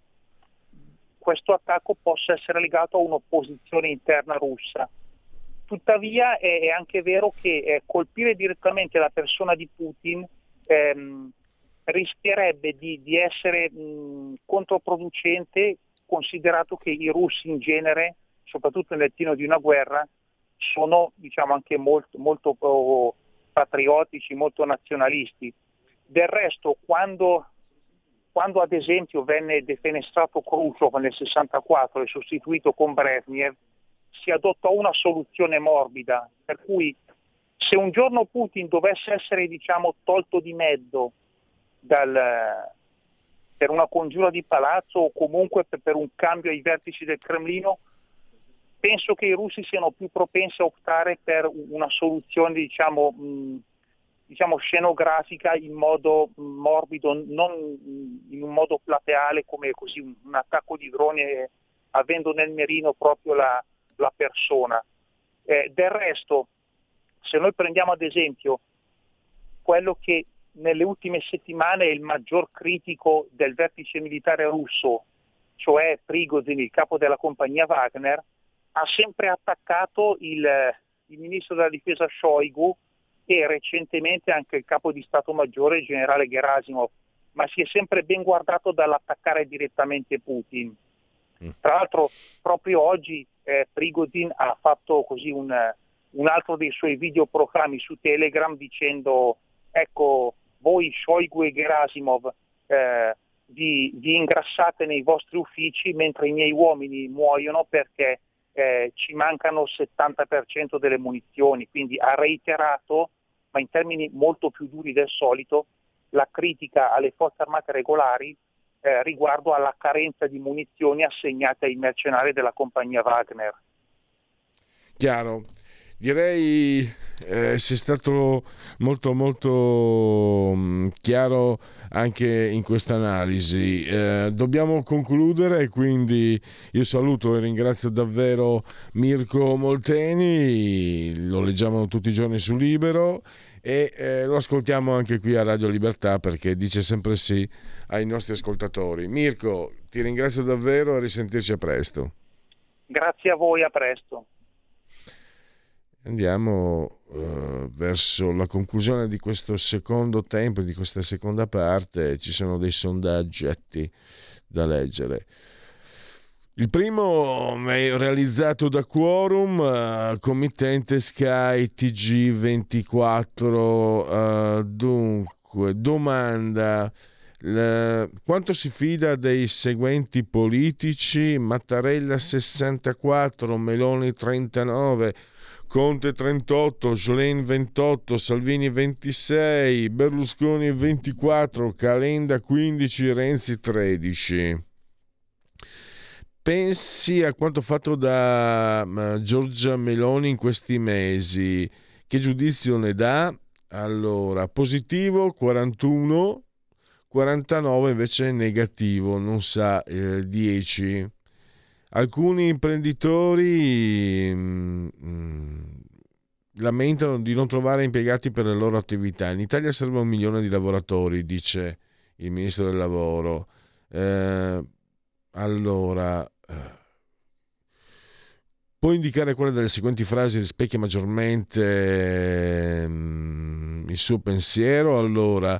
questo attacco possa essere legato a un'opposizione interna russa. Tuttavia è, è anche vero che eh, colpire direttamente la persona di Putin ehm, rischierebbe di, di essere mh, controproducente, considerato che i russi in genere, soprattutto nel pieno di una guerra, sono diciamo anche molto, molto oh, patriottici, molto nazionalisti. Del resto, quando, quando ad esempio venne defenestrato Khrushchev nel sessantaquattro e sostituito con Brezhnev, si adottò una soluzione morbida, per cui se un giorno Putin dovesse essere diciamo tolto di mezzo dal, per una congiura di palazzo o comunque per, per un cambio ai vertici del Cremlino, penso che i russi siano più propensi a optare per una soluzione diciamo, mh, diciamo scenografica in modo morbido, non in un modo plateale come così un, un attacco di drone avendo nel mirino proprio la, la persona. Eh, del resto, se noi prendiamo ad esempio quello che nelle ultime settimane è il maggior critico del vertice militare russo, cioè Prigozhin, il capo della compagnia Wagner, ha sempre attaccato il, il ministro della difesa Shoigu e recentemente anche il capo di Stato Maggiore, il generale Gerasimov, ma si è sempre ben guardato dall'attaccare direttamente Putin. Tra l'altro proprio oggi eh, Prigozhin ha fatto così un, un altro dei suoi videoprogrammi su Telegram dicendo ecco voi Shoigu e Gerasimov eh, vi, vi ingrassate nei vostri uffici mentre i miei uomini muoiono perché eh, ci mancano il settanta per cento delle munizioni. Quindi ha reiterato, ma in termini molto più duri del solito, la critica alle forze armate regolari eh, riguardo alla carenza di munizioni assegnate ai mercenari della compagnia Wagner. Chiaro. Direi eh, sei stato molto molto mh, chiaro anche in questa analisi. Eh, dobbiamo concludere, quindi io saluto e ringrazio davvero Mirko Molteni, lo leggiamo tutti i giorni su Libero e eh, lo ascoltiamo anche qui a Radio Libertà perché dice sempre sì ai nostri ascoltatori. Mirko, ti ringrazio davvero e a risentirci a presto. Grazie a voi, a presto. Andiamo uh, verso la conclusione di questo secondo tempo, di questa seconda parte. Ci sono dei sondaggetti da leggere. Il primo è realizzato da Quorum, uh, committente Sky T G ventiquattro. Uh, dunque, domanda: la, quanto si fida dei seguenti politici? Mattarella sessantaquattro, Meloni trentanove, Conte trentotto, Jolin ventotto, Salvini ventisei, Berlusconi ventiquattro, Calenda quindici, Renzi tredici. Pensi a quanto fatto da uh, Giorgia Meloni in questi mesi, che giudizio ne dà? Allora, positivo quarantuno, quarantanove invece negativo, non sa, eh, dieci. Alcuni imprenditori mh, lamentano di non trovare impiegati per le loro attività. In Italia serve un milione di lavoratori, dice il ministro del lavoro. Eh, allora, eh, può indicare quale delle seguenti frasi rispecchia maggiormente eh, il suo pensiero? Allora,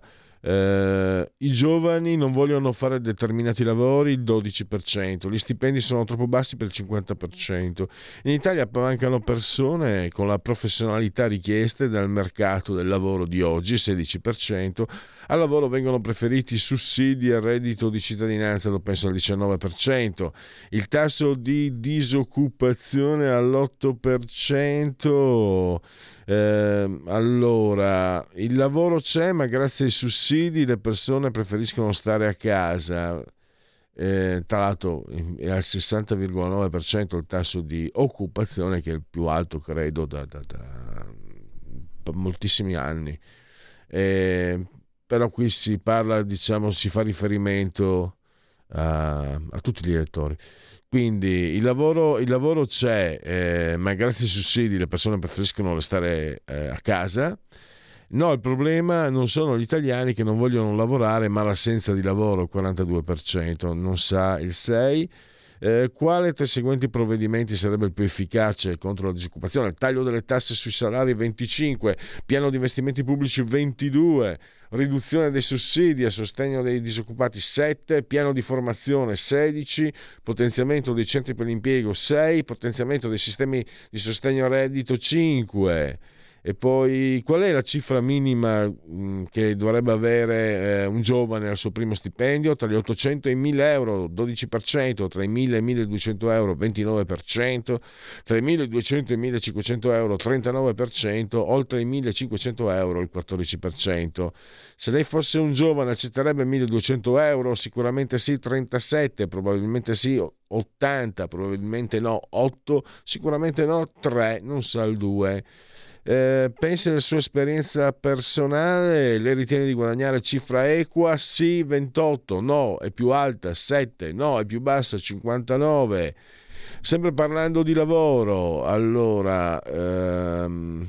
Uh, i giovani non vogliono fare determinati lavori, il dodici per cento, gli stipendi sono troppo bassi per il cinquanta per cento. In Italia mancano persone con la professionalità richieste dal mercato del lavoro di oggi, sedici per cento. Al lavoro vengono preferiti sussidi e reddito di cittadinanza, lo penso al diciannove per cento. Il tasso di disoccupazione all'otto per cento. Eh, allora, il lavoro c'è, ma grazie ai sussidi le persone preferiscono stare a casa. Eh, tra l'altro è al sessanta virgola nove per cento il tasso di occupazione, che è il più alto credo da, da, da moltissimi anni. Eh, però qui si parla, diciamo, si fa riferimento a, a tutti gli elettori. Quindi il lavoro, il lavoro c'è, eh, ma grazie ai sussidi le persone preferiscono restare eh, a casa. No, il problema non sono gli italiani che non vogliono lavorare, ma l'assenza di lavoro, il quarantadue per cento, non sa il sei per cento. Eh, quale tra i seguenti provvedimenti sarebbe il più efficace contro la disoccupazione? Il taglio delle tasse sui salari venticinque, piano di investimenti pubblici ventidue, riduzione dei sussidi a sostegno dei disoccupati sette, piano di formazione sedici, potenziamento dei centri per l'impiego sei, potenziamento dei sistemi di sostegno al reddito cinque. E poi qual è la cifra minima mh, che dovrebbe avere eh, un giovane al suo primo stipendio? Tra gli ottocento e i mille euro, dodici per cento, tra i mille e i milleduecento euro, ventinove per cento, tra i milleduecento e i millecinquecento euro, trentanove per cento, oltre i millecinquecento euro, il quattordici per cento. Se lei fosse un giovane accetterebbe milleduecento euro? Sicuramente sì, trentasette, probabilmente sì, ottanta, probabilmente no, otto, sicuramente no, tre, non sa il due. Eh, pensi alla sua esperienza personale, lei ritiene di guadagnare cifra equa? Sì, ventotto, no, è più alta, sette, no, è più bassa, cinquantanove. Sempre parlando di lavoro, allora ehm,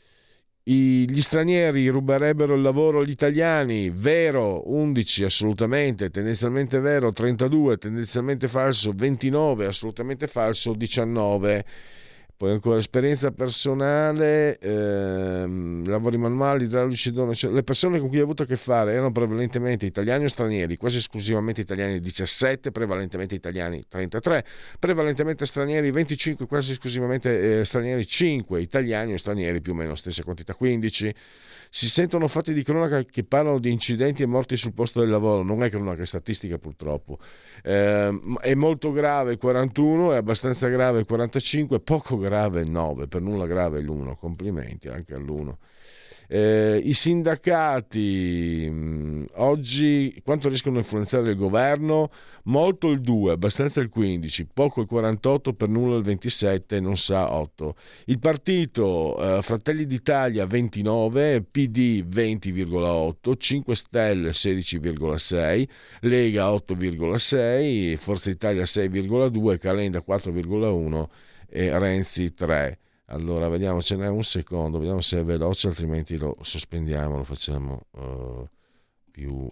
i, gli stranieri ruberebbero il lavoro agli italiani? Vero, undici, assolutamente, tendenzialmente vero, trentadue, tendenzialmente falso, ventinove, assolutamente falso, diciannove. Poi ancora esperienza personale, ehm, lavori manuali, idraulici, donne, cioè, le persone con cui ho avuto a che fare erano prevalentemente italiani o stranieri, quasi esclusivamente italiani diciassette, prevalentemente italiani trentatré, prevalentemente stranieri venticinque, quasi esclusivamente eh, stranieri cinque, italiani o stranieri più o meno stessa quantità quindici. Si sentono fatti di cronaca che parlano di incidenti e morti sul posto del lavoro, non è cronaca, è statistica purtroppo. Eh, è molto grave quarantuno, è abbastanza grave quarantacinque, poco grave nove, per nulla grave l'uno, complimenti anche all'uno. Eh, I sindacati mh, oggi quanto riescono a influenzare il governo? Molto il due, abbastanza il quindici, poco il quarantotto, per nulla il ventisette, non sa otto. Il partito eh, Fratelli d'Italia ventinove, P D venti virgola otto, cinque Stelle sedici virgola sei, Lega otto virgola sei, Forza Italia sei virgola due, Calenda quattro virgola uno e Renzi tre. Allora, vediamo, ce n'è un secondo, vediamo se è veloce, altrimenti lo sospendiamo, lo facciamo uh, più...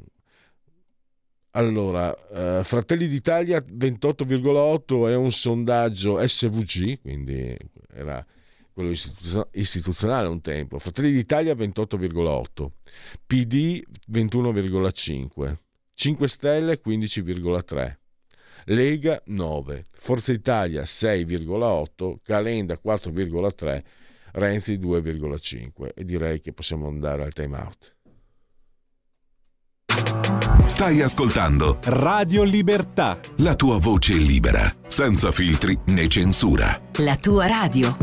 Allora, uh, Fratelli d'Italia ventotto virgola otto è un sondaggio S V G, quindi era quello istituzio- istituzionale un tempo. Fratelli d'Italia ventotto virgola otto, P D ventuno virgola cinque, cinque Stelle quindici virgola tre. Lega nove, Forza Italia sei virgola otto, Calenda quattro virgola tre, Renzi due virgola cinque, e direi che possiamo andare al time out. Stai ascoltando Radio Libertà, la tua voce libera, senza filtri né censura. La tua radio.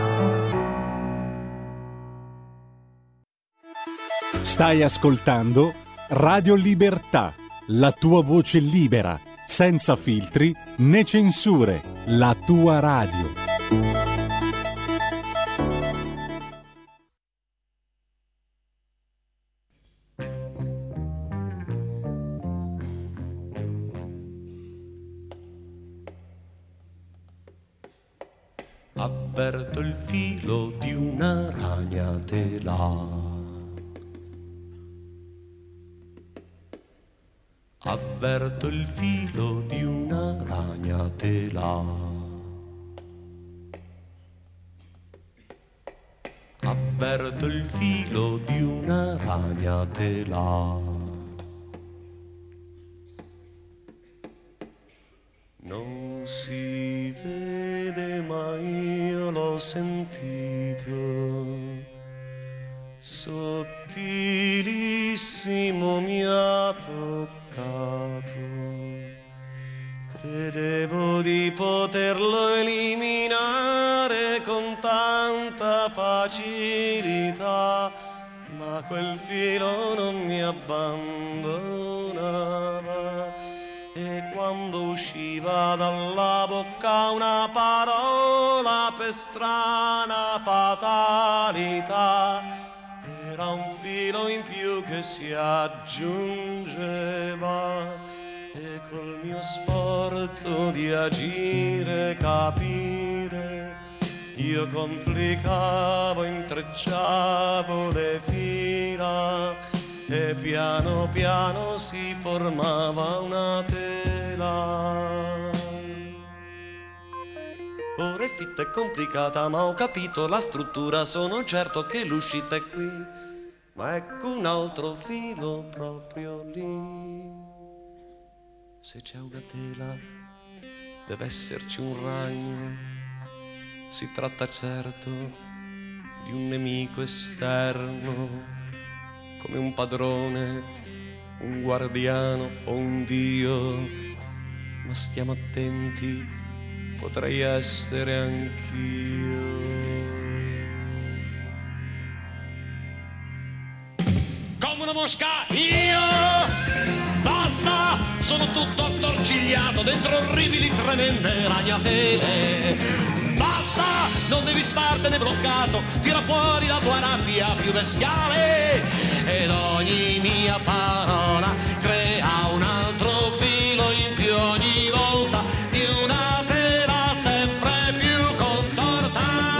stai ascoltando Radio Libertà, la tua voce libera, senza filtri né censure, la tua radio. Avverto il filo di una ragnatela. Avverto il filo di una ragnatela. Avverto il filo di una ragnatela. Non si vede ma io l'ho sentito. Sottilissimo mi ha toccato. Credevo di poterlo eliminare con tanta facilità, ma quel filo non mi abbandonava. E quando usciva dalla bocca una parola per strana fatalità, era un filo in più che si aggiungeva, e col mio sforzo di agire, capire, io complicavo, intrecciavo le fila, e piano piano si formava una tela. Ora è fitta e complicata, ma ho capito la struttura, sono certo che l'uscita è qui, ma ecco un altro filo proprio lì. Se c'è una tela deve esserci un ragno, si tratta certo di un nemico esterno, come un padrone, un guardiano o un dio, ma stiamo attenti, potrei essere anch'io. Come una mosca io, basta, sono tutto attorcigliato dentro orribili tremende ragnatele. Basta, non devi startene bloccato, tira fuori la tua rabbia più bestiale, ed ogni mia parola crea un altro filo in più ogni volta, di una tela sempre più contorta.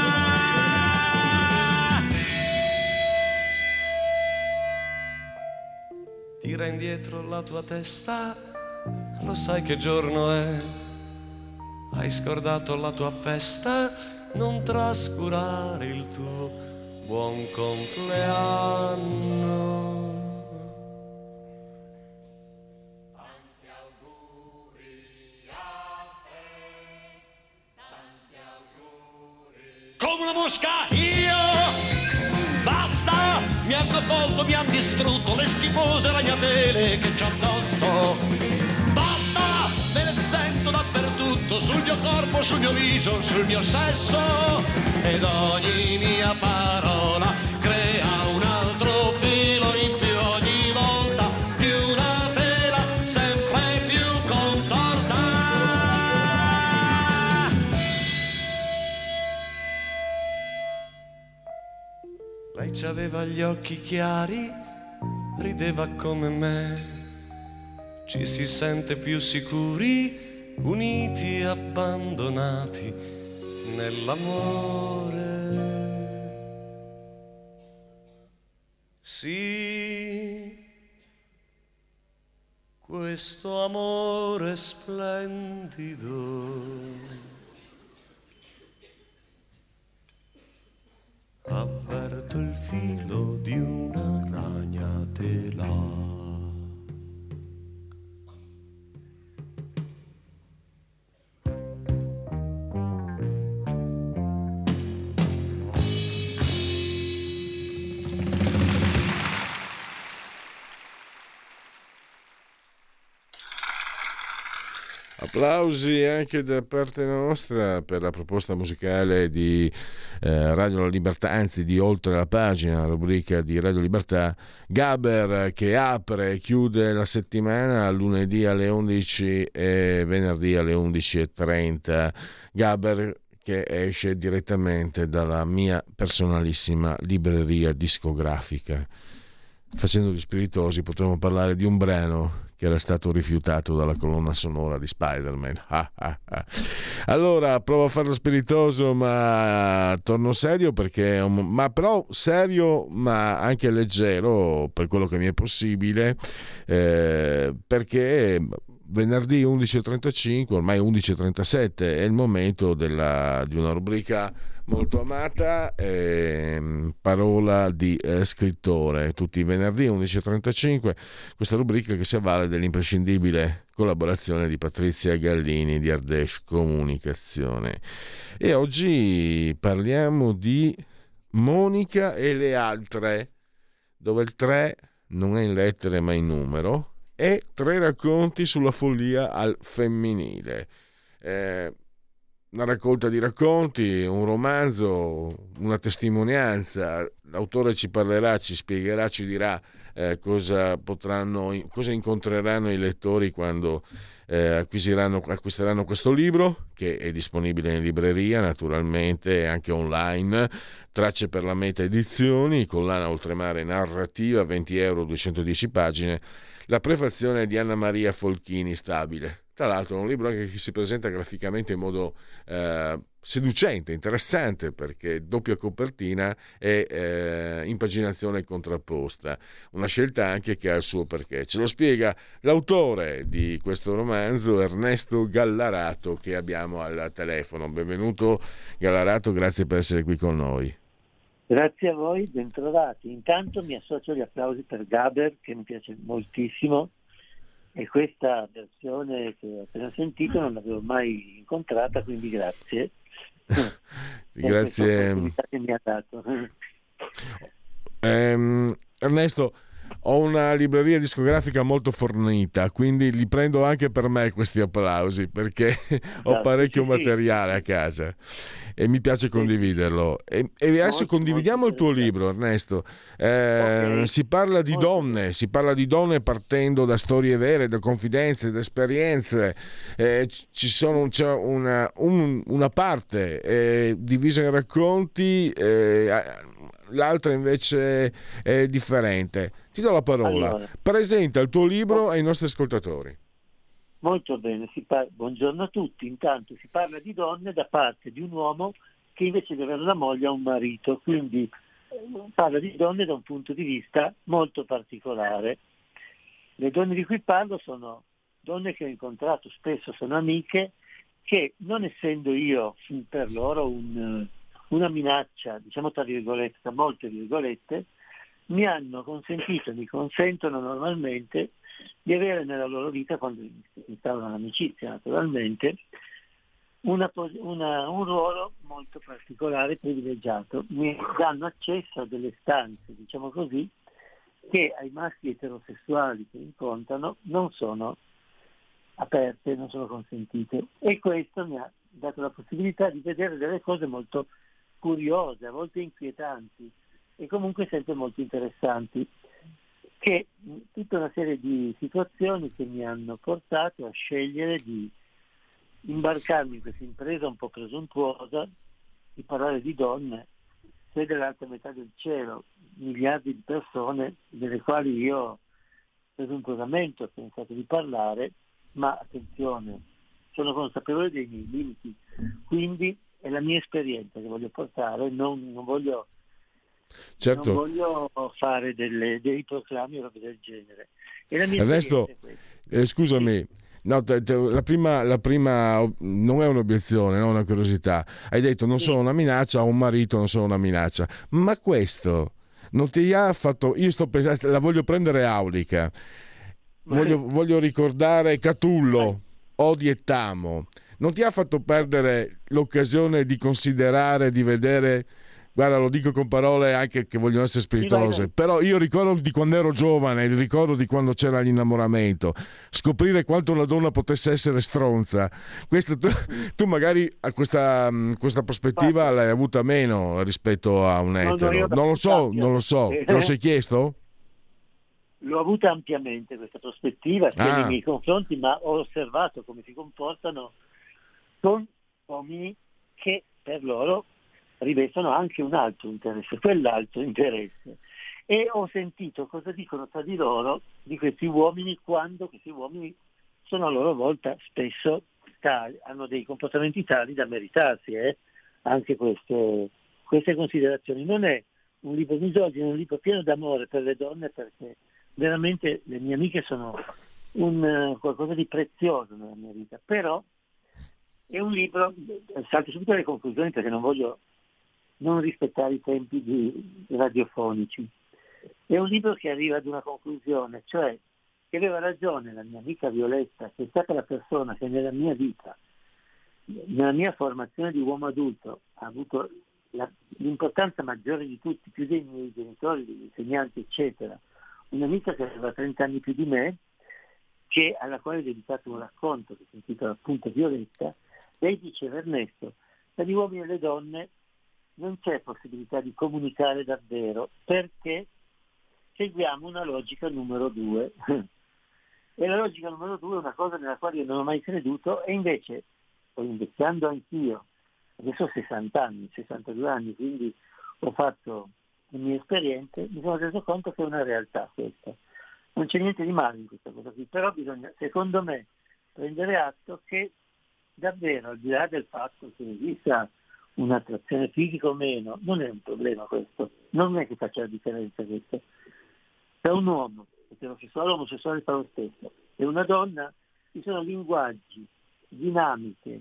Tira indietro la tua testa, lo sai che giorno è? Hai scordato la tua festa? non trascurare il tuo buon compleanno. Tanti auguri a te, tanti auguri. Come una mosca io, basta, mi hanno colto, mi hanno distrutto le schifose ragnatele che c'ho addosso. Basta, me le sento dappertutto, sul mio corpo, sul mio viso, sul mio sesso. Ed ogni mia parola crea un altro filo in più ogni volta, più una tela sempre più contorta. Lei c'aveva gli occhi chiari, rideva come me. Ci si sente più sicuri, uniti, abbandonati nell'amore. Sì, questo amore splendido avverto il filo di una ragnatela. Applausi anche da parte nostra per la proposta musicale di eh, Radio La Libertà, anzi di Oltre la Pagina, rubrica di Radio Libertà. Gaber che apre e chiude la settimana lunedì alle undici e venerdì alle undici e trenta. Gaber che esce direttamente dalla mia personalissima libreria discografica. Facendo gli spiritosi potremmo parlare di un brano che era stato rifiutato dalla colonna sonora di Spider-Man. Ah, ah, ah. Allora provo a farlo spiritoso, ma torno serio perché ma però serio ma anche leggero per quello che mi è possibile, eh, perché venerdì undici e trentacinque, ormai undici e trentasette, è il momento della, di una rubrica molto amata, eh, parola di eh, scrittore, tutti i venerdì undici e trentacinque, questa rubrica che si avvale dell'imprescindibile collaborazione di Patrizia Gallini di Ardèche Comunicazione. E oggi parliamo di Monica e le altre, dove il tre non è in lettere ma in numero, e tre racconti sulla follia al femminile. Eh, una raccolta di racconti, un romanzo, una testimonianza. L'autore ci parlerà, ci spiegherà, ci dirà eh, cosa potranno, cosa incontreranno i lettori quando eh, acquisiranno, acquisteranno questo libro, che è disponibile in libreria, naturalmente, e anche online. Tracce per la Meta Edizioni, collana Oltremare narrativa, venti euro, duecentodieci pagine. La prefazione è di Anna Maria Folchini Stabile. Tra l'altro è un libro anche che si presenta graficamente in modo eh, seducente, interessante, perché doppia copertina e eh, impaginazione contrapposta. Una scelta anche che ha il suo perché. Ce lo spiega l'autore di questo romanzo, Ernesto Gallarato, che abbiamo al telefono. Benvenuto Gallarato, grazie per essere qui con noi. Grazie a voi, bentrovati. Intanto mi associo agli applausi per Gaber, che mi piace moltissimo, e questa versione che ho appena sentito non l'avevo mai incontrata, quindi grazie. Grazie. Che mi ha dato. Um, Ernesto, ho una libreria discografica molto fornita, quindi li prendo anche per me questi applausi, perché ho parecchio sì, materiale a casa e mi piace condividerlo. E, e adesso molto, condividiamo molto il tuo libro, Ernesto. Eh, okay. Si parla di molto donne, bene. si parla di donne partendo da storie vere, da confidenze, da esperienze. Eh, ci sono c'è una, un, una parte eh, divisa in racconti, eh, l'altra invece è differente. Ti do la parola. Allora, presenta il tuo libro ai nostri ascoltatori. Molto bene, si par- buongiorno a tutti. Intanto si parla di donne da parte di un uomo che invece di avere una moglie ha un marito, quindi eh, parla di donne da un punto di vista molto particolare. Le donne di cui parlo sono donne che ho incontrato, spesso sono amiche, che non essendo io per loro un, una minaccia, diciamo tra virgolette, tra molte virgolette, mi hanno consentito, mi consentono normalmente di avere nella loro vita, quando stavano in amicizia naturalmente, una, una, un ruolo molto particolare, privilegiato. Mi danno accesso a delle stanze, diciamo così, che ai maschi eterosessuali che incontrano non sono aperte, non sono consentite, e questo mi ha dato la possibilità di vedere delle cose molto curiose, a volte inquietanti e comunque sempre molto interessanti, che tutta una serie di situazioni che mi hanno portato a scegliere di imbarcarmi in questa impresa un po' presuntuosa di parlare di donne, se dell'altra metà del cielo, miliardi di persone delle quali io presuntuosamente ho pensato di parlare, ma attenzione, sono consapevole dei miei limiti, quindi è la mia esperienza che voglio portare, non, non voglio certo. non voglio fare delle, dei proclami o robe del genere. E la mia Ernesto, eh, scusami, no, te, te, la, prima, la prima non è un'obiezione, no, una curiosità. Hai detto non sì. sono una minaccia, ho un marito, non sono una minaccia, ma questo non ti ha fatto, io sto pensando, la voglio prendere aulica. Voglio, voglio ricordare Catullo, Odi e Tamo. Non ti ha fatto perdere l'occasione di considerare, di vedere, guarda, lo dico con parole anche che vogliono essere spiritose, sì, vai, vai. Però io ricordo di quando ero giovane, ricordo di quando c'era l'innamoramento, scoprire quanto una donna potesse essere stronza. Questo tu, tu magari a questa, questa prospettiva l'hai avuta meno rispetto a un etero. Non lo so, non lo so. Te lo sei chiesto? L'ho avuta ampiamente questa prospettiva, sia ah. nei miei confronti, ma ho osservato come si comportano con uomini che per loro rivestono anche un altro interesse, quell'altro interesse. E ho sentito cosa dicono tra di loro di questi uomini quando questi uomini sono a loro volta spesso tali, hanno dei comportamenti tali da meritarsi eh? anche queste, queste considerazioni. Non è un libro misogino, è un libro pieno d'amore per le donne, perché veramente le mie amiche sono un qualcosa di prezioso nella mia vita, però è un libro, salto subito alle conclusioni perché non voglio non rispettare i tempi di, radiofonici, è un libro che arriva ad una conclusione, cioè che aveva ragione la mia amica Violetta, che è stata la persona che nella mia vita, nella mia formazione di uomo adulto, ha avuto la, l'importanza maggiore di tutti, più dei miei genitori, degli insegnanti, eccetera. Un'amica che aveva trenta anni più di me, che, alla quale ho dedicato un racconto che si intitola appunto Violetta. Lei diceva: Ernesto, per gli uomini e le donne non c'è possibilità di comunicare davvero, perché seguiamo una logica numero due. E la logica numero due è una cosa nella quale io non ho mai creduto, e invece, sto invecchiando anch'io, adesso ho sessanta anni, sessantadue anni, quindi ho fatto le mie esperienze, mi sono reso conto che è una realtà questa. Non c'è niente di male in questa cosa qui, però bisogna, secondo me, prendere atto che davvero, al di là del fatto che esista un'attrazione fisica o meno, non è un problema questo, non è che faccia la differenza questo. Per un uomo, eterosessuale o omosessuale fa lo stesso, e una donna, ci sono linguaggi, dinamiche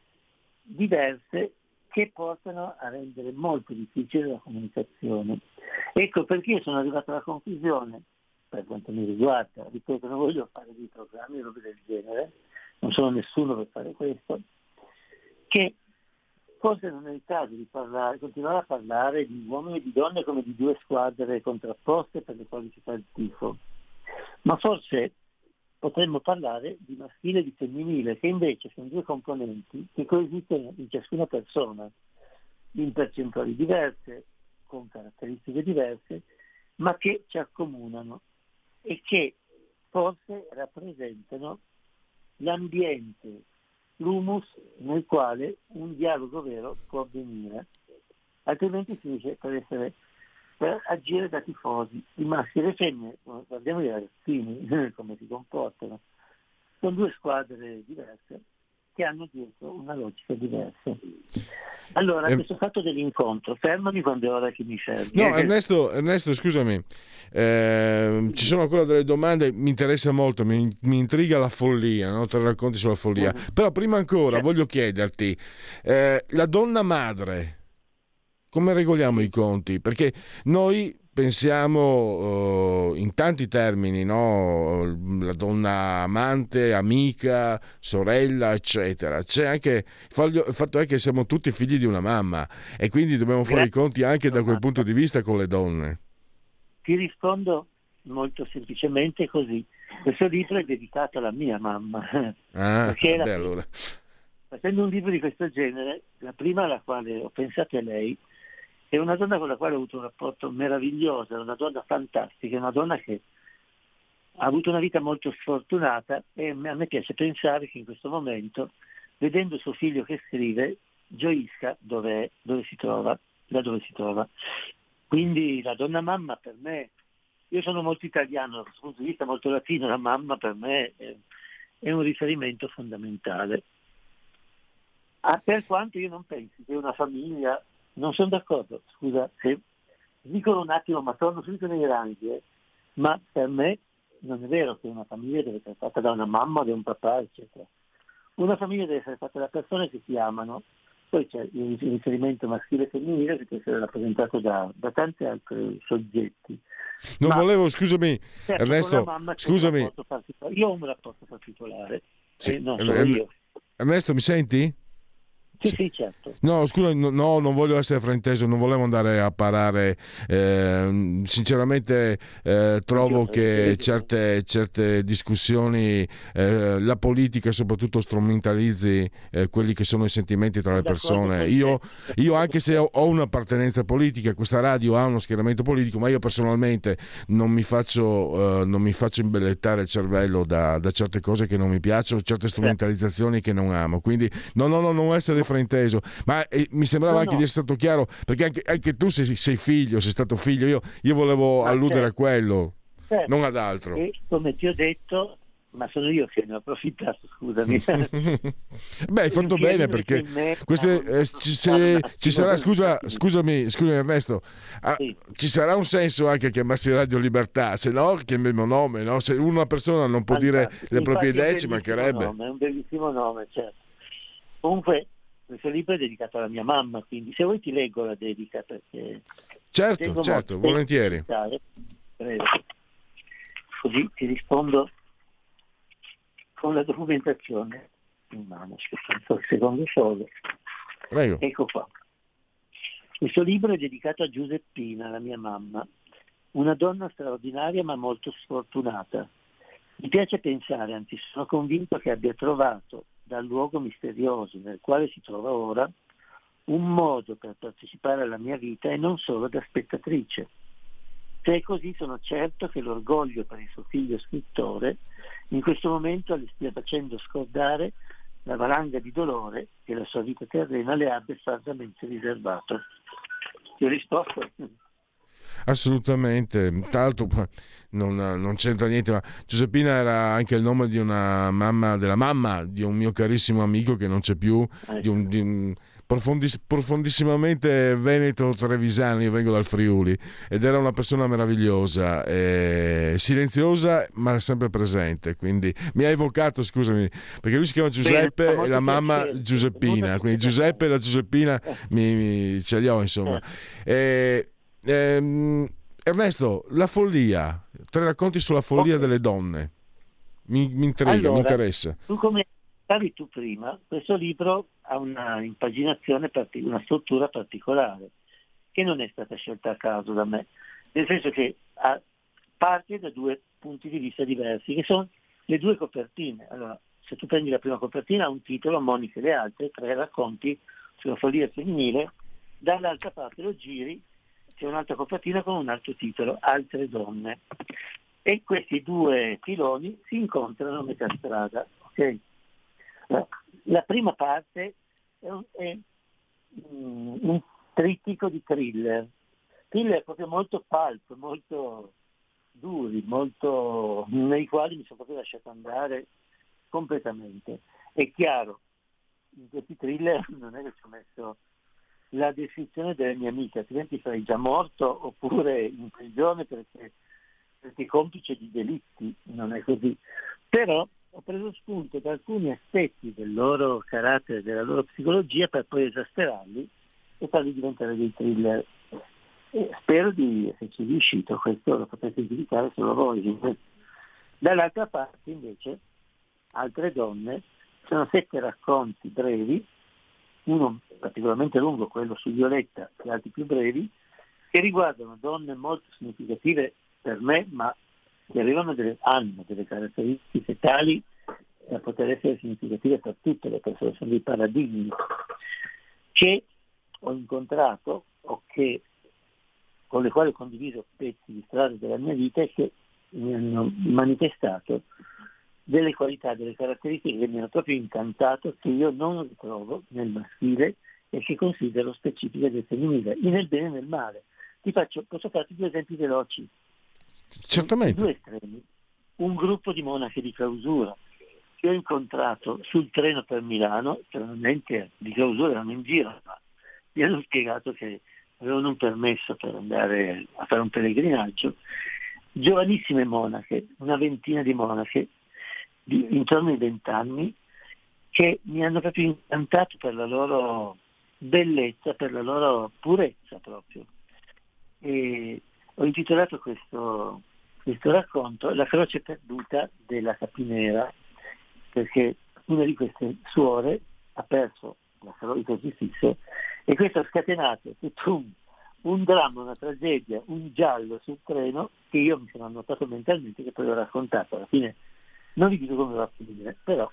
diverse che portano a rendere molto difficile la comunicazione. Ecco perché io sono arrivato alla conclusione, per quanto mi riguarda, ripeto, non voglio fare dei programmi o robe del genere, non sono nessuno per fare questo, che forse non è il caso di parlare, continuare a parlare di uomini e di donne come di due squadre contrapposte per le quali si fa il tifo, ma forse potremmo parlare di maschile e di femminile, che invece sono due componenti che coesistono in ciascuna persona, in percentuali diverse, con caratteristiche diverse, ma che ci accomunano e che forse rappresentano l'ambiente, l'humus nel quale un dialogo vero può avvenire. Altrimenti si dice per essere per agire da tifosi, i maschi e le femmine, guardiamo i ragazzini come si comportano, sono due squadre diverse che hanno dietro una logica diversa. Allora, Eh, questo fatto dell'incontro, fermami quando è ora che mi fermi. No, Eh, Ernesto, Ernesto, scusami, eh, ci sono ancora delle domande, mi interessa molto, mi, mi intriga la follia, no? Tre racconti sulla follia. Però prima ancora voglio chiederti, eh, la donna madre, come regoliamo i conti? Perché noi pensiamo uh, in tanti termini, no? La donna amante, amica, sorella, eccetera. C'è anche il fatto è che siamo tutti figli di una mamma e quindi dobbiamo fare i conti anche da quel punto di vista con le donne. Ti rispondo molto semplicemente così. Questo libro è dedicato alla mia mamma. Ah, Perché beh, la- allora. Facendo un libro di questo genere, la prima alla quale ho pensato è lei. È una donna con la quale ho avuto un rapporto meraviglioso, è una donna fantastica, è una donna che ha avuto una vita molto sfortunata e a me piace pensare che in questo momento, vedendo suo figlio che scrive, gioisca dove, è, dove si trova, da dove si trova. Quindi la donna mamma per me, io sono molto italiano, da questo punto di vista molto latino, la mamma per me è, è un riferimento fondamentale. Ah, per quanto io non pensi che una famiglia, non sono d'accordo, scusa, se dicono un attimo, ma torno subito nei ranghi, eh, ma per me non è vero che una famiglia deve essere fatta da una mamma o da un papà, eccetera. Una famiglia deve essere fatta da persone che si amano, poi c'è il riferimento maschile e femminile che può essere rappresentato da, da tanti altri soggetti. Non Ma- volevo, scusami, Certo, Ernesto, con la mamma c'è un scusami. rapporto particolare. Io ho un rapporto particolare, Sì, e non Er- solo Er- io. Ernesto, mi senti? Sì, sì, certo. No, scusa, no, no, non voglio essere frainteso, non volevo andare a parare. eh, sinceramente eh, trovo che certe, certe discussioni, eh, la politica soprattutto strumentalizzi eh, quelli che sono i sentimenti tra le persone. Io, io anche se ho, ho un'appartenenza politica, questa radio ha uno schieramento politico, ma io personalmente non mi faccio, eh, non mi faccio imbellettare il cervello da, da certe cose che non mi piacciono, certe strumentalizzazioni che non amo. Quindi no, no, no, non essere frainteso, ma eh, mi sembrava No, anche no. di essere stato chiaro, perché anche, anche tu sei, sei figlio, sei stato figlio, io, io volevo Ma alludere certo. a quello, Certo. non ad altro. E come ti ho detto, ma sono io che ne ho approfittato, scusami. Beh, hai fatto bene perché queste, eh, ci, se- ci sarà, scusa, scusami, scusami Ernesto, ah, ci sarà un senso anche a chiamarsi Radio Libertà, se no chiamiamo nome, no? Se una persona non può dire Fantastico. le proprie Infatti è un idee ci bellissimo mancherebbe. nome, è un bellissimo nome, certo. Comunque, questo libro è dedicato alla mia mamma, quindi se vuoi ti leggo la dedica perché... Certo, tengo certo, molto. volentieri. Prego. Così ti rispondo con la documentazione in mano. Aspetta un secondo solo. Prego. Ecco qua. Questo libro è dedicato a Giuseppina, la mia mamma, una donna straordinaria ma molto sfortunata. Mi piace pensare, anzi sono convinto che abbia trovato dal luogo misterioso nel quale si trova ora un modo per partecipare alla mia vita e non solo da spettatrice. Se è così sono certo che l'orgoglio per il suo figlio scrittore in questo momento le stia facendo scordare la valanga di dolore che la sua vita terrena le abbia saldamente riservato. Ti ho risposto? Assolutamente, tra l'altro non, non c'entra niente, ma Giuseppina era anche il nome di una mamma, della mamma di un mio carissimo amico che non c'è più, di un, di un profondis, profondissimamente veneto trevisano, io vengo dal Friuli, ed era una persona meravigliosa, eh, silenziosa ma sempre presente, quindi mi ha evocato, scusami, perché lui si chiama Giuseppe Bene, e la mamma piacere. Giuseppina, quindi Giuseppe e la Giuseppina mi, mi, ce li ho insomma. Eh, Ehm, Ernesto, la follia, tre racconti sulla follia Ok. delle donne, mi, mi intriga, Allora, mi interessa. Tu come stavi tu prima, questo libro ha una impaginazione, parti- una struttura particolare che non è stata scelta a caso da me, nel senso che ha, parte da due punti di vista diversi, che sono le due copertine. Allora, se tu prendi la prima copertina ha un titolo, Monica e le altre, tre racconti sulla follia femminile, dall'altra parte lo giri, c'è un'altra copertina con un altro titolo, Altre donne. E questi due filoni si incontrano a metà strada. Ok? La, la prima parte è un, è mm, un trittico di thriller. Thriller proprio molto pulp, molto duri, molto, nei quali mi sono proprio lasciato andare completamente. È chiaro in questi thriller non è che ci ho messo la descrizione delle mie amiche, altrimenti sarei già morto oppure in prigione perché, perché complice di delitti, non è così. Però ho preso spunto da alcuni aspetti del loro carattere, della loro psicologia, per poi esasperarli e farli diventare dei thriller. E spero di esserci riuscito, questo lo potete giudicare solo voi. Dall'altra parte invece Altre donne sono sette racconti brevi, uno particolarmente lungo, quello su Violetta, e altri più brevi, che riguardano donne molto significative per me, ma che avevano delle, hanno delle caratteristiche tali da poter essere significative per tutte le persone, sono dei paradigmi che ho incontrato o che, con le quali ho condiviso pezzi di strada della mia vita e che mi hanno manifestato delle qualità, delle caratteristiche che mi hanno proprio incantato, che io non ritrovo nel maschile e che considero specifiche del femminile, nel bene e nel male. Ti faccio, posso farti due esempi veloci? Certamente. Due estremi. Un gruppo di monache di clausura che ho incontrato sul treno per Milano, chiaramente di clausura erano in giro, ma mi hanno spiegato che avevano un permesso per andare a fare un pellegrinaggio. Giovanissime monache, una ventina di monache, di, intorno ai vent'anni, che mi hanno proprio incantato per la loro bellezza, per la loro purezza proprio. E ho intitolato questo, questo racconto La croce perduta della Capinera, perché una di queste suore ha perso la il crocifisso e questo ha scatenato tutto un, un dramma, una tragedia, un giallo sul treno che io mi sono annotato mentalmente, che poi ho raccontato. Alla fine non vi dico come va a finire, però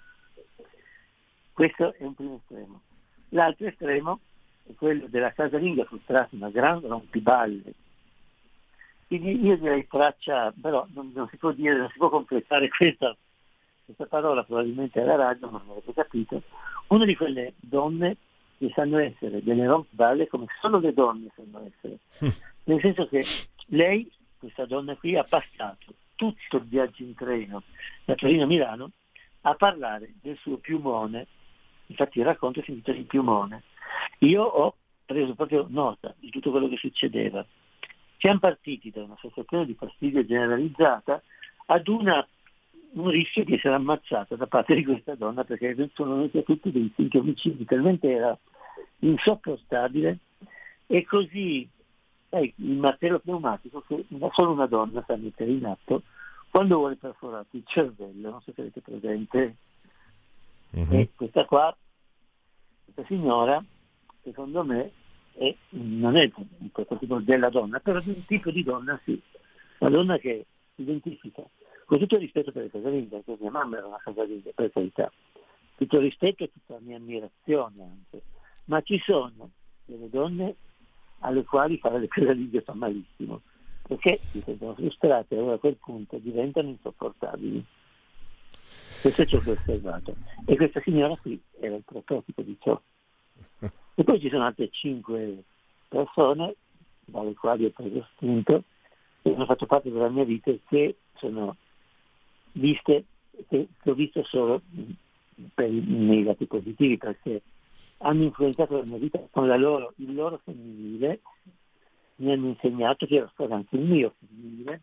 questo è un primo estremo. L'altro estremo è quello della casalinga frustrata, una gran rompiballe. Quindi io direi traccia, però non, non si può dire, non si può completare questa, questa parola probabilmente alla radio, ma non avete capito. Una di quelle donne che sanno essere delle rompiballe come solo le donne sanno essere. Nel senso che lei, questa donna qui, ha passato tutto il viaggio in treno da Torino a Milano a parlare del suo piumone. Infatti il racconto si intitola Il piumone. Io ho preso proprio nota di tutto quello che succedeva. Siamo partiti da una sensazione di fastidio generalizzata ad una, un rischio di essere ammazzata da parte di questa donna, perché sono venuti a tutti dei finti omicidi, talmente era insopportabile e così eh, il martello pneumatico che solo una donna sa mettere in atto quando vuole perforarti il cervello, non so se avete presente. Uh-huh. E questa qua, questa signora, secondo me, è, non è questo tipo della donna, però di un tipo di donna sì, una donna che si identifica, con tutto il rispetto per le casalinghe, perché mia mamma era una casalinga, per carità, tutto il rispetto e tutta la mia ammirazione anche, ma ci sono delle donne alle quali fare le casalinghe fa malissimo, perché si sentono frustrate e allora a quel punto diventano insopportabili. Questo è ciò che ho osservato. E questa signora qui era il prototipo di ciò. E poi ci sono altre cinque persone dalle quali ho preso spunto, che hanno fatto parte della mia vita e che sono viste, che, che ho visto solo per i, nei lati positivi, perché hanno influenzato la mia vita con la loro, il loro femminile, mi hanno insegnato che era stato anche il mio femminile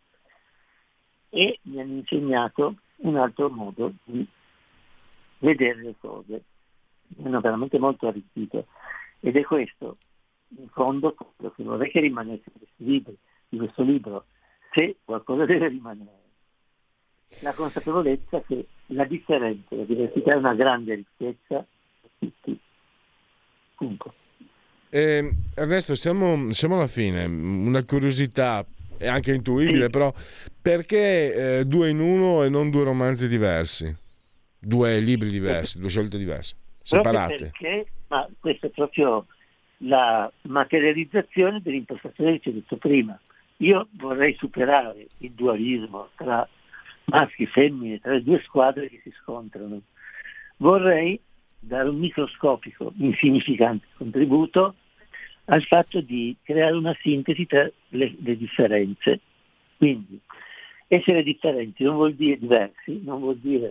e mi hanno insegnato un altro modo di vedere le cose. Mi hanno veramente molto arricchito ed è questo in fondo quello che vorrei che rimanesse di questi libri, di questo libro, se qualcosa deve rimanere, la consapevolezza che la differenza, la diversità è una grande ricchezza per tutti. Punto. Eh, Ernesto, siamo, siamo alla fine. Una curiosità è anche intuibile, sì. Però perché eh, due in uno e non due romanzi diversi? Due libri diversi, due scelte diverse, separate? Perché, ma questa è proprio la materializzazione dell'impostazione che ci ho detto prima. Io vorrei superare il dualismo tra maschi e femmine, tra le due squadre che si scontrano. Vorrei dare un microscopico, insignificante contributo al fatto di creare una sintesi tra le, le differenze. Quindi essere differenti non vuol dire diversi, non vuol dire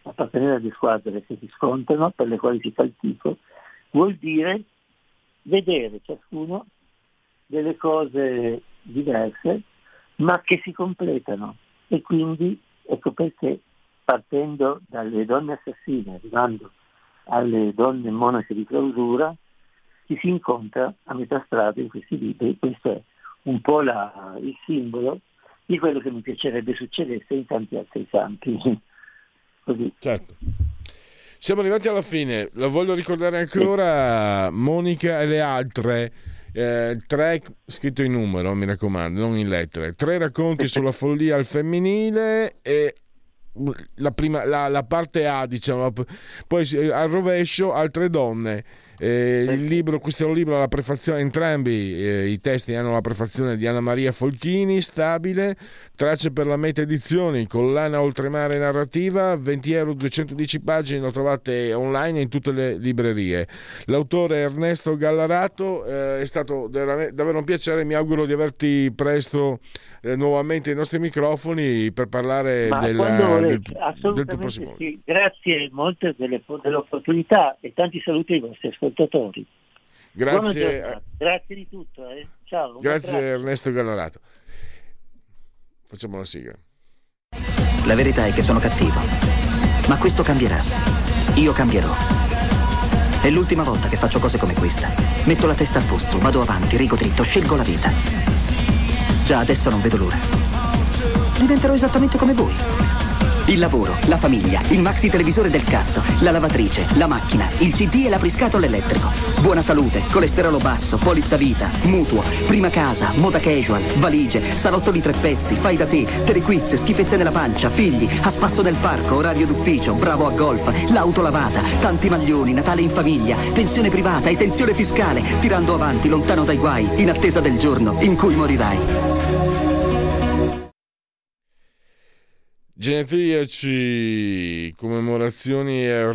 appartenere alle squadre che si scontrano, per le quali si fa il tifo, vuol dire vedere ciascuno delle cose diverse, ma che si completano. E quindi ecco perché, partendo dalle donne assassine, arrivando alle donne monache di clausura, ci si incontra a metà strada in questi libri. Questo è un po' la, il simbolo di quello che mi piacerebbe succedesse in tanti altri campi. Così. Certo. Siamo arrivati alla fine, lo voglio ricordare ancora, Monica e le altre, eh, tre, scritto in numero, mi raccomando, non in lettere, tre racconti sulla follia al femminile e la, prima, la, la parte A, diciamo, poi al rovescio altre donne. Eh, il libro, questo libro ha la prefazione, entrambi eh, i testi hanno la prefazione di Anna Maria Folchini, Stabile, Tracce per la Meta Edizioni, collana oltremare narrativa, venti euro, duecentodieci pagine, lo trovate online in tutte le librerie. L'autore Ernesto Gallarato, eh, è stato davvero un piacere, mi auguro di averti presto eh, nuovamente ai nostri microfoni per parlare Ma del, volete, del, assolutamente del tuo prossimo. Sì. Grazie molte delle, dell'opportunità e tanti saluti ai vostri ascoltatori. Grazie, grazie di tutto. Eh. Ciao. Grazie Ernesto Gallarato. Facciamo la sigla. La verità è che sono cattivo, ma questo cambierà. Io cambierò. È l'ultima volta che faccio cose come questa. Metto la testa a posto, vado avanti, rigo dritto, scelgo la vita. Già adesso non vedo l'ora. Diventerò esattamente come voi. Il lavoro, la famiglia, il maxi televisore del cazzo, la lavatrice, la macchina, il C D e l'apriscatole elettrico. Buona salute, colesterolo basso, polizza vita, mutuo, prima casa, moda casual, valigie, salottoli tre pezzi, fai da te, telequiz, schifezze nella pancia, figli, a spasso nel parco, orario d'ufficio, bravo a golf, l'auto lavata, tanti maglioni, Natale in famiglia, pensione privata, esenzione fiscale, tirando avanti lontano dai guai, in attesa del giorno in cui morirai. Genetriaci, commemorazioni e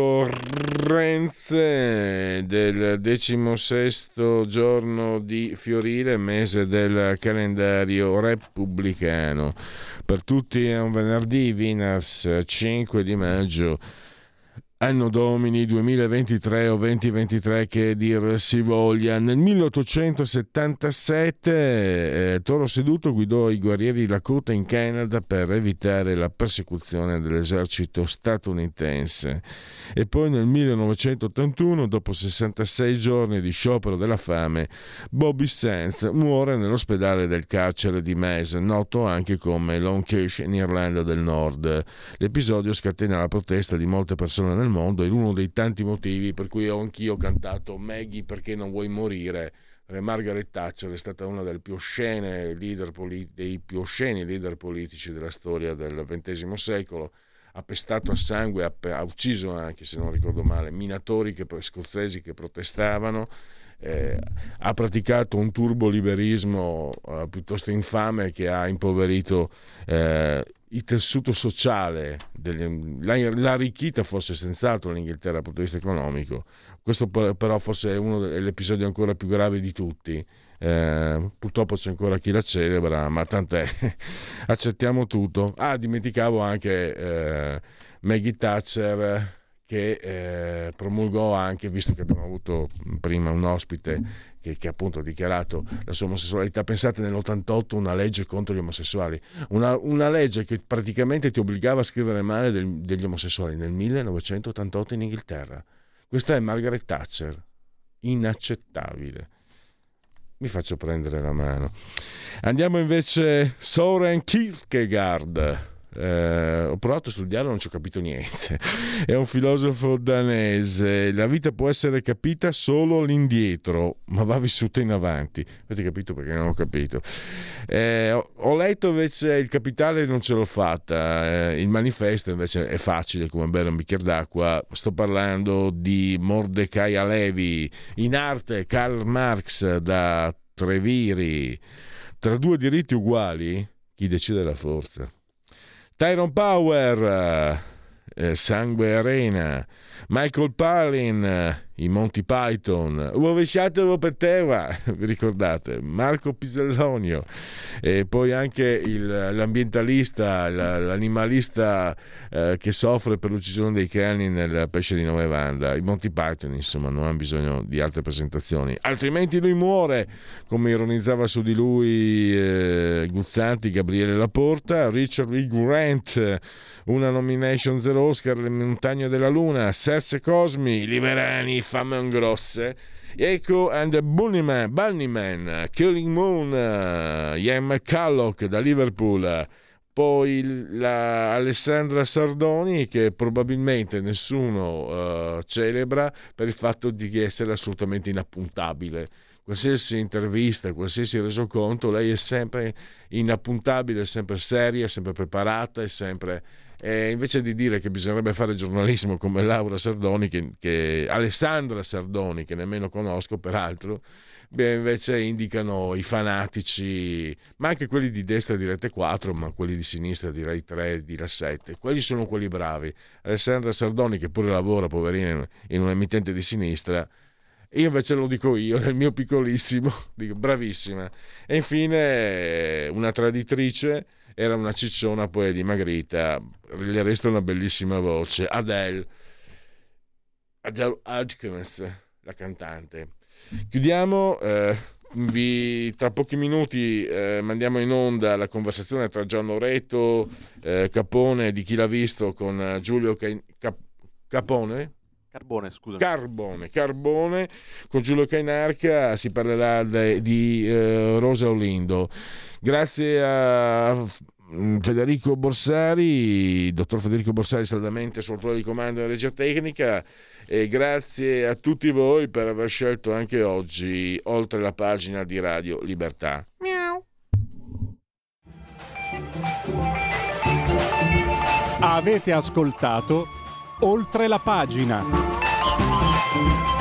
ricorrenze del decimosesto giorno di Fiorile, mese del calendario repubblicano. Per tutti è un venerdì, Vinas, cinque di maggio, anno domini duemilaventitré o duemilaventitré che dir si voglia. Nel milleottocentosettantasette eh, Toro Seduto guidò i guerrieri Lakota in Canada per evitare la persecuzione dell'esercito statunitense. E poi nel millenovecentottantuno, dopo sessantasei giorni di sciopero della fame, Bobby Sands muore nell'ospedale del carcere di Maze, noto anche come Long Kesh in Irlanda del Nord. L'episodio scatena la protesta di molte persone nel mondo, è uno dei tanti motivi per cui ho anch'io cantato Maggie perché non vuoi morire. Margaret Thatcher è stata una delle più oscene leader politi- dei più osceni leader politici della storia del ventesimo secolo. Ha pestato a sangue, ha, ha ucciso anche, se non ricordo male, minatori che, scozzesi che protestavano. Eh, ha praticato un turboliberismo eh, piuttosto infame che ha impoverito eh, il tessuto sociale, degli, l'ha, l'ha arricchita forse senz'altro l'Inghilterra dal punto di vista economico. Questo però forse è uno degli episodi ancora più gravi di tutti. Eh, purtroppo c'è ancora chi la celebra, ma tant'è, accettiamo tutto. Ah, dimenticavo anche eh, Maggie Thatcher, che eh, promulgò anche, visto che abbiamo avuto prima un ospite che, che appunto ha dichiarato la sua omosessualità, pensate nell'ottantotto una legge contro gli omosessuali, una, una legge che praticamente ti obbligava a scrivere male del, degli omosessuali nel millenovecentottantotto in Inghilterra. Questa è Margaret Thatcher, inaccettabile. Mi faccio prendere la mano. Andiamo invece Søren Kierkegaard. Eh, ho provato a studiarlo, non ci ho capito niente. È un filosofo danese. La vita può essere capita solo all'indietro, ma va vissuta in avanti. Avete capito perché non ho capito? Eh, ho, ho letto invece Il Capitale, non ce l'ho fatta. Eh, il Manifesto invece è facile come bere un bicchiere d'acqua. Sto parlando di Mordecai Alevi, in arte Karl Marx da Treviri. Tra due diritti uguali, chi decide la forza? Tyrone Power, eh, Sangue Arena, Michael Palin, eh, i Monty Python, Rovesciatelo per terra, vi ricordate? Marco Pisellonio, e poi anche il, l'ambientalista, l'animalista eh, che soffre per l'uccisione dei cani nel Pesce di Nuova Vanda. I Monty Python, insomma, non hanno bisogno di altre presentazioni, altrimenti lui muore, come ironizzava su di lui eh, Guzzanti, Gabriele Laporta. Richard E. Grant, una nomination, zero Oscar, Le montagne della luna, Serse Cosmi, Liberani, Fame grosse, Echo and the Bunnyman, Bunnyman, Killing Moon, uh, Ian McCulloch da Liverpool, poi la Alessandra Sardoni, che probabilmente nessuno uh, celebra per il fatto di essere assolutamente inappuntabile. Qualsiasi intervista, qualsiasi resoconto, lei è sempre inappuntabile, è sempre seria, è sempre preparata, è sempre... E invece di dire che bisognerebbe fare giornalismo come Laura Sardoni, che, che Alessandra Sardoni, che nemmeno conosco peraltro, beh, invece indicano i fanatici, ma anche quelli di destra di Rete quattro, ma quelli di sinistra di Rai tre, di Rai sette, quelli sono quelli bravi. Alessandra Sardoni, che pure lavora, poverina, in un emittente di sinistra, io invece lo dico io, nel mio piccolissimo, dico bravissima. E infine una traditrice, era una cicciona poi dimagrita, le resta una bellissima voce, Adele, Adele Hudgens, la cantante. Chiudiamo, eh, vi, tra pochi minuti eh, mandiamo in onda la conversazione tra Gian Loreto, eh, Capone di Chi l'ha visto, con Giulio Cain- Cap- Capone? Carbone, scusa. Carbone, Carbone, con Giulio Cainarca si parlerà de, di eh, Rosa Olindo. Grazie a Federico Borsari, dottor Federico Borsari, saldamente sul ruolo di comando e regia tecnica, e grazie a tutti voi per aver scelto anche oggi Oltre la pagina di Radio Libertà. Miau. Avete ascoltato Oltre la pagina.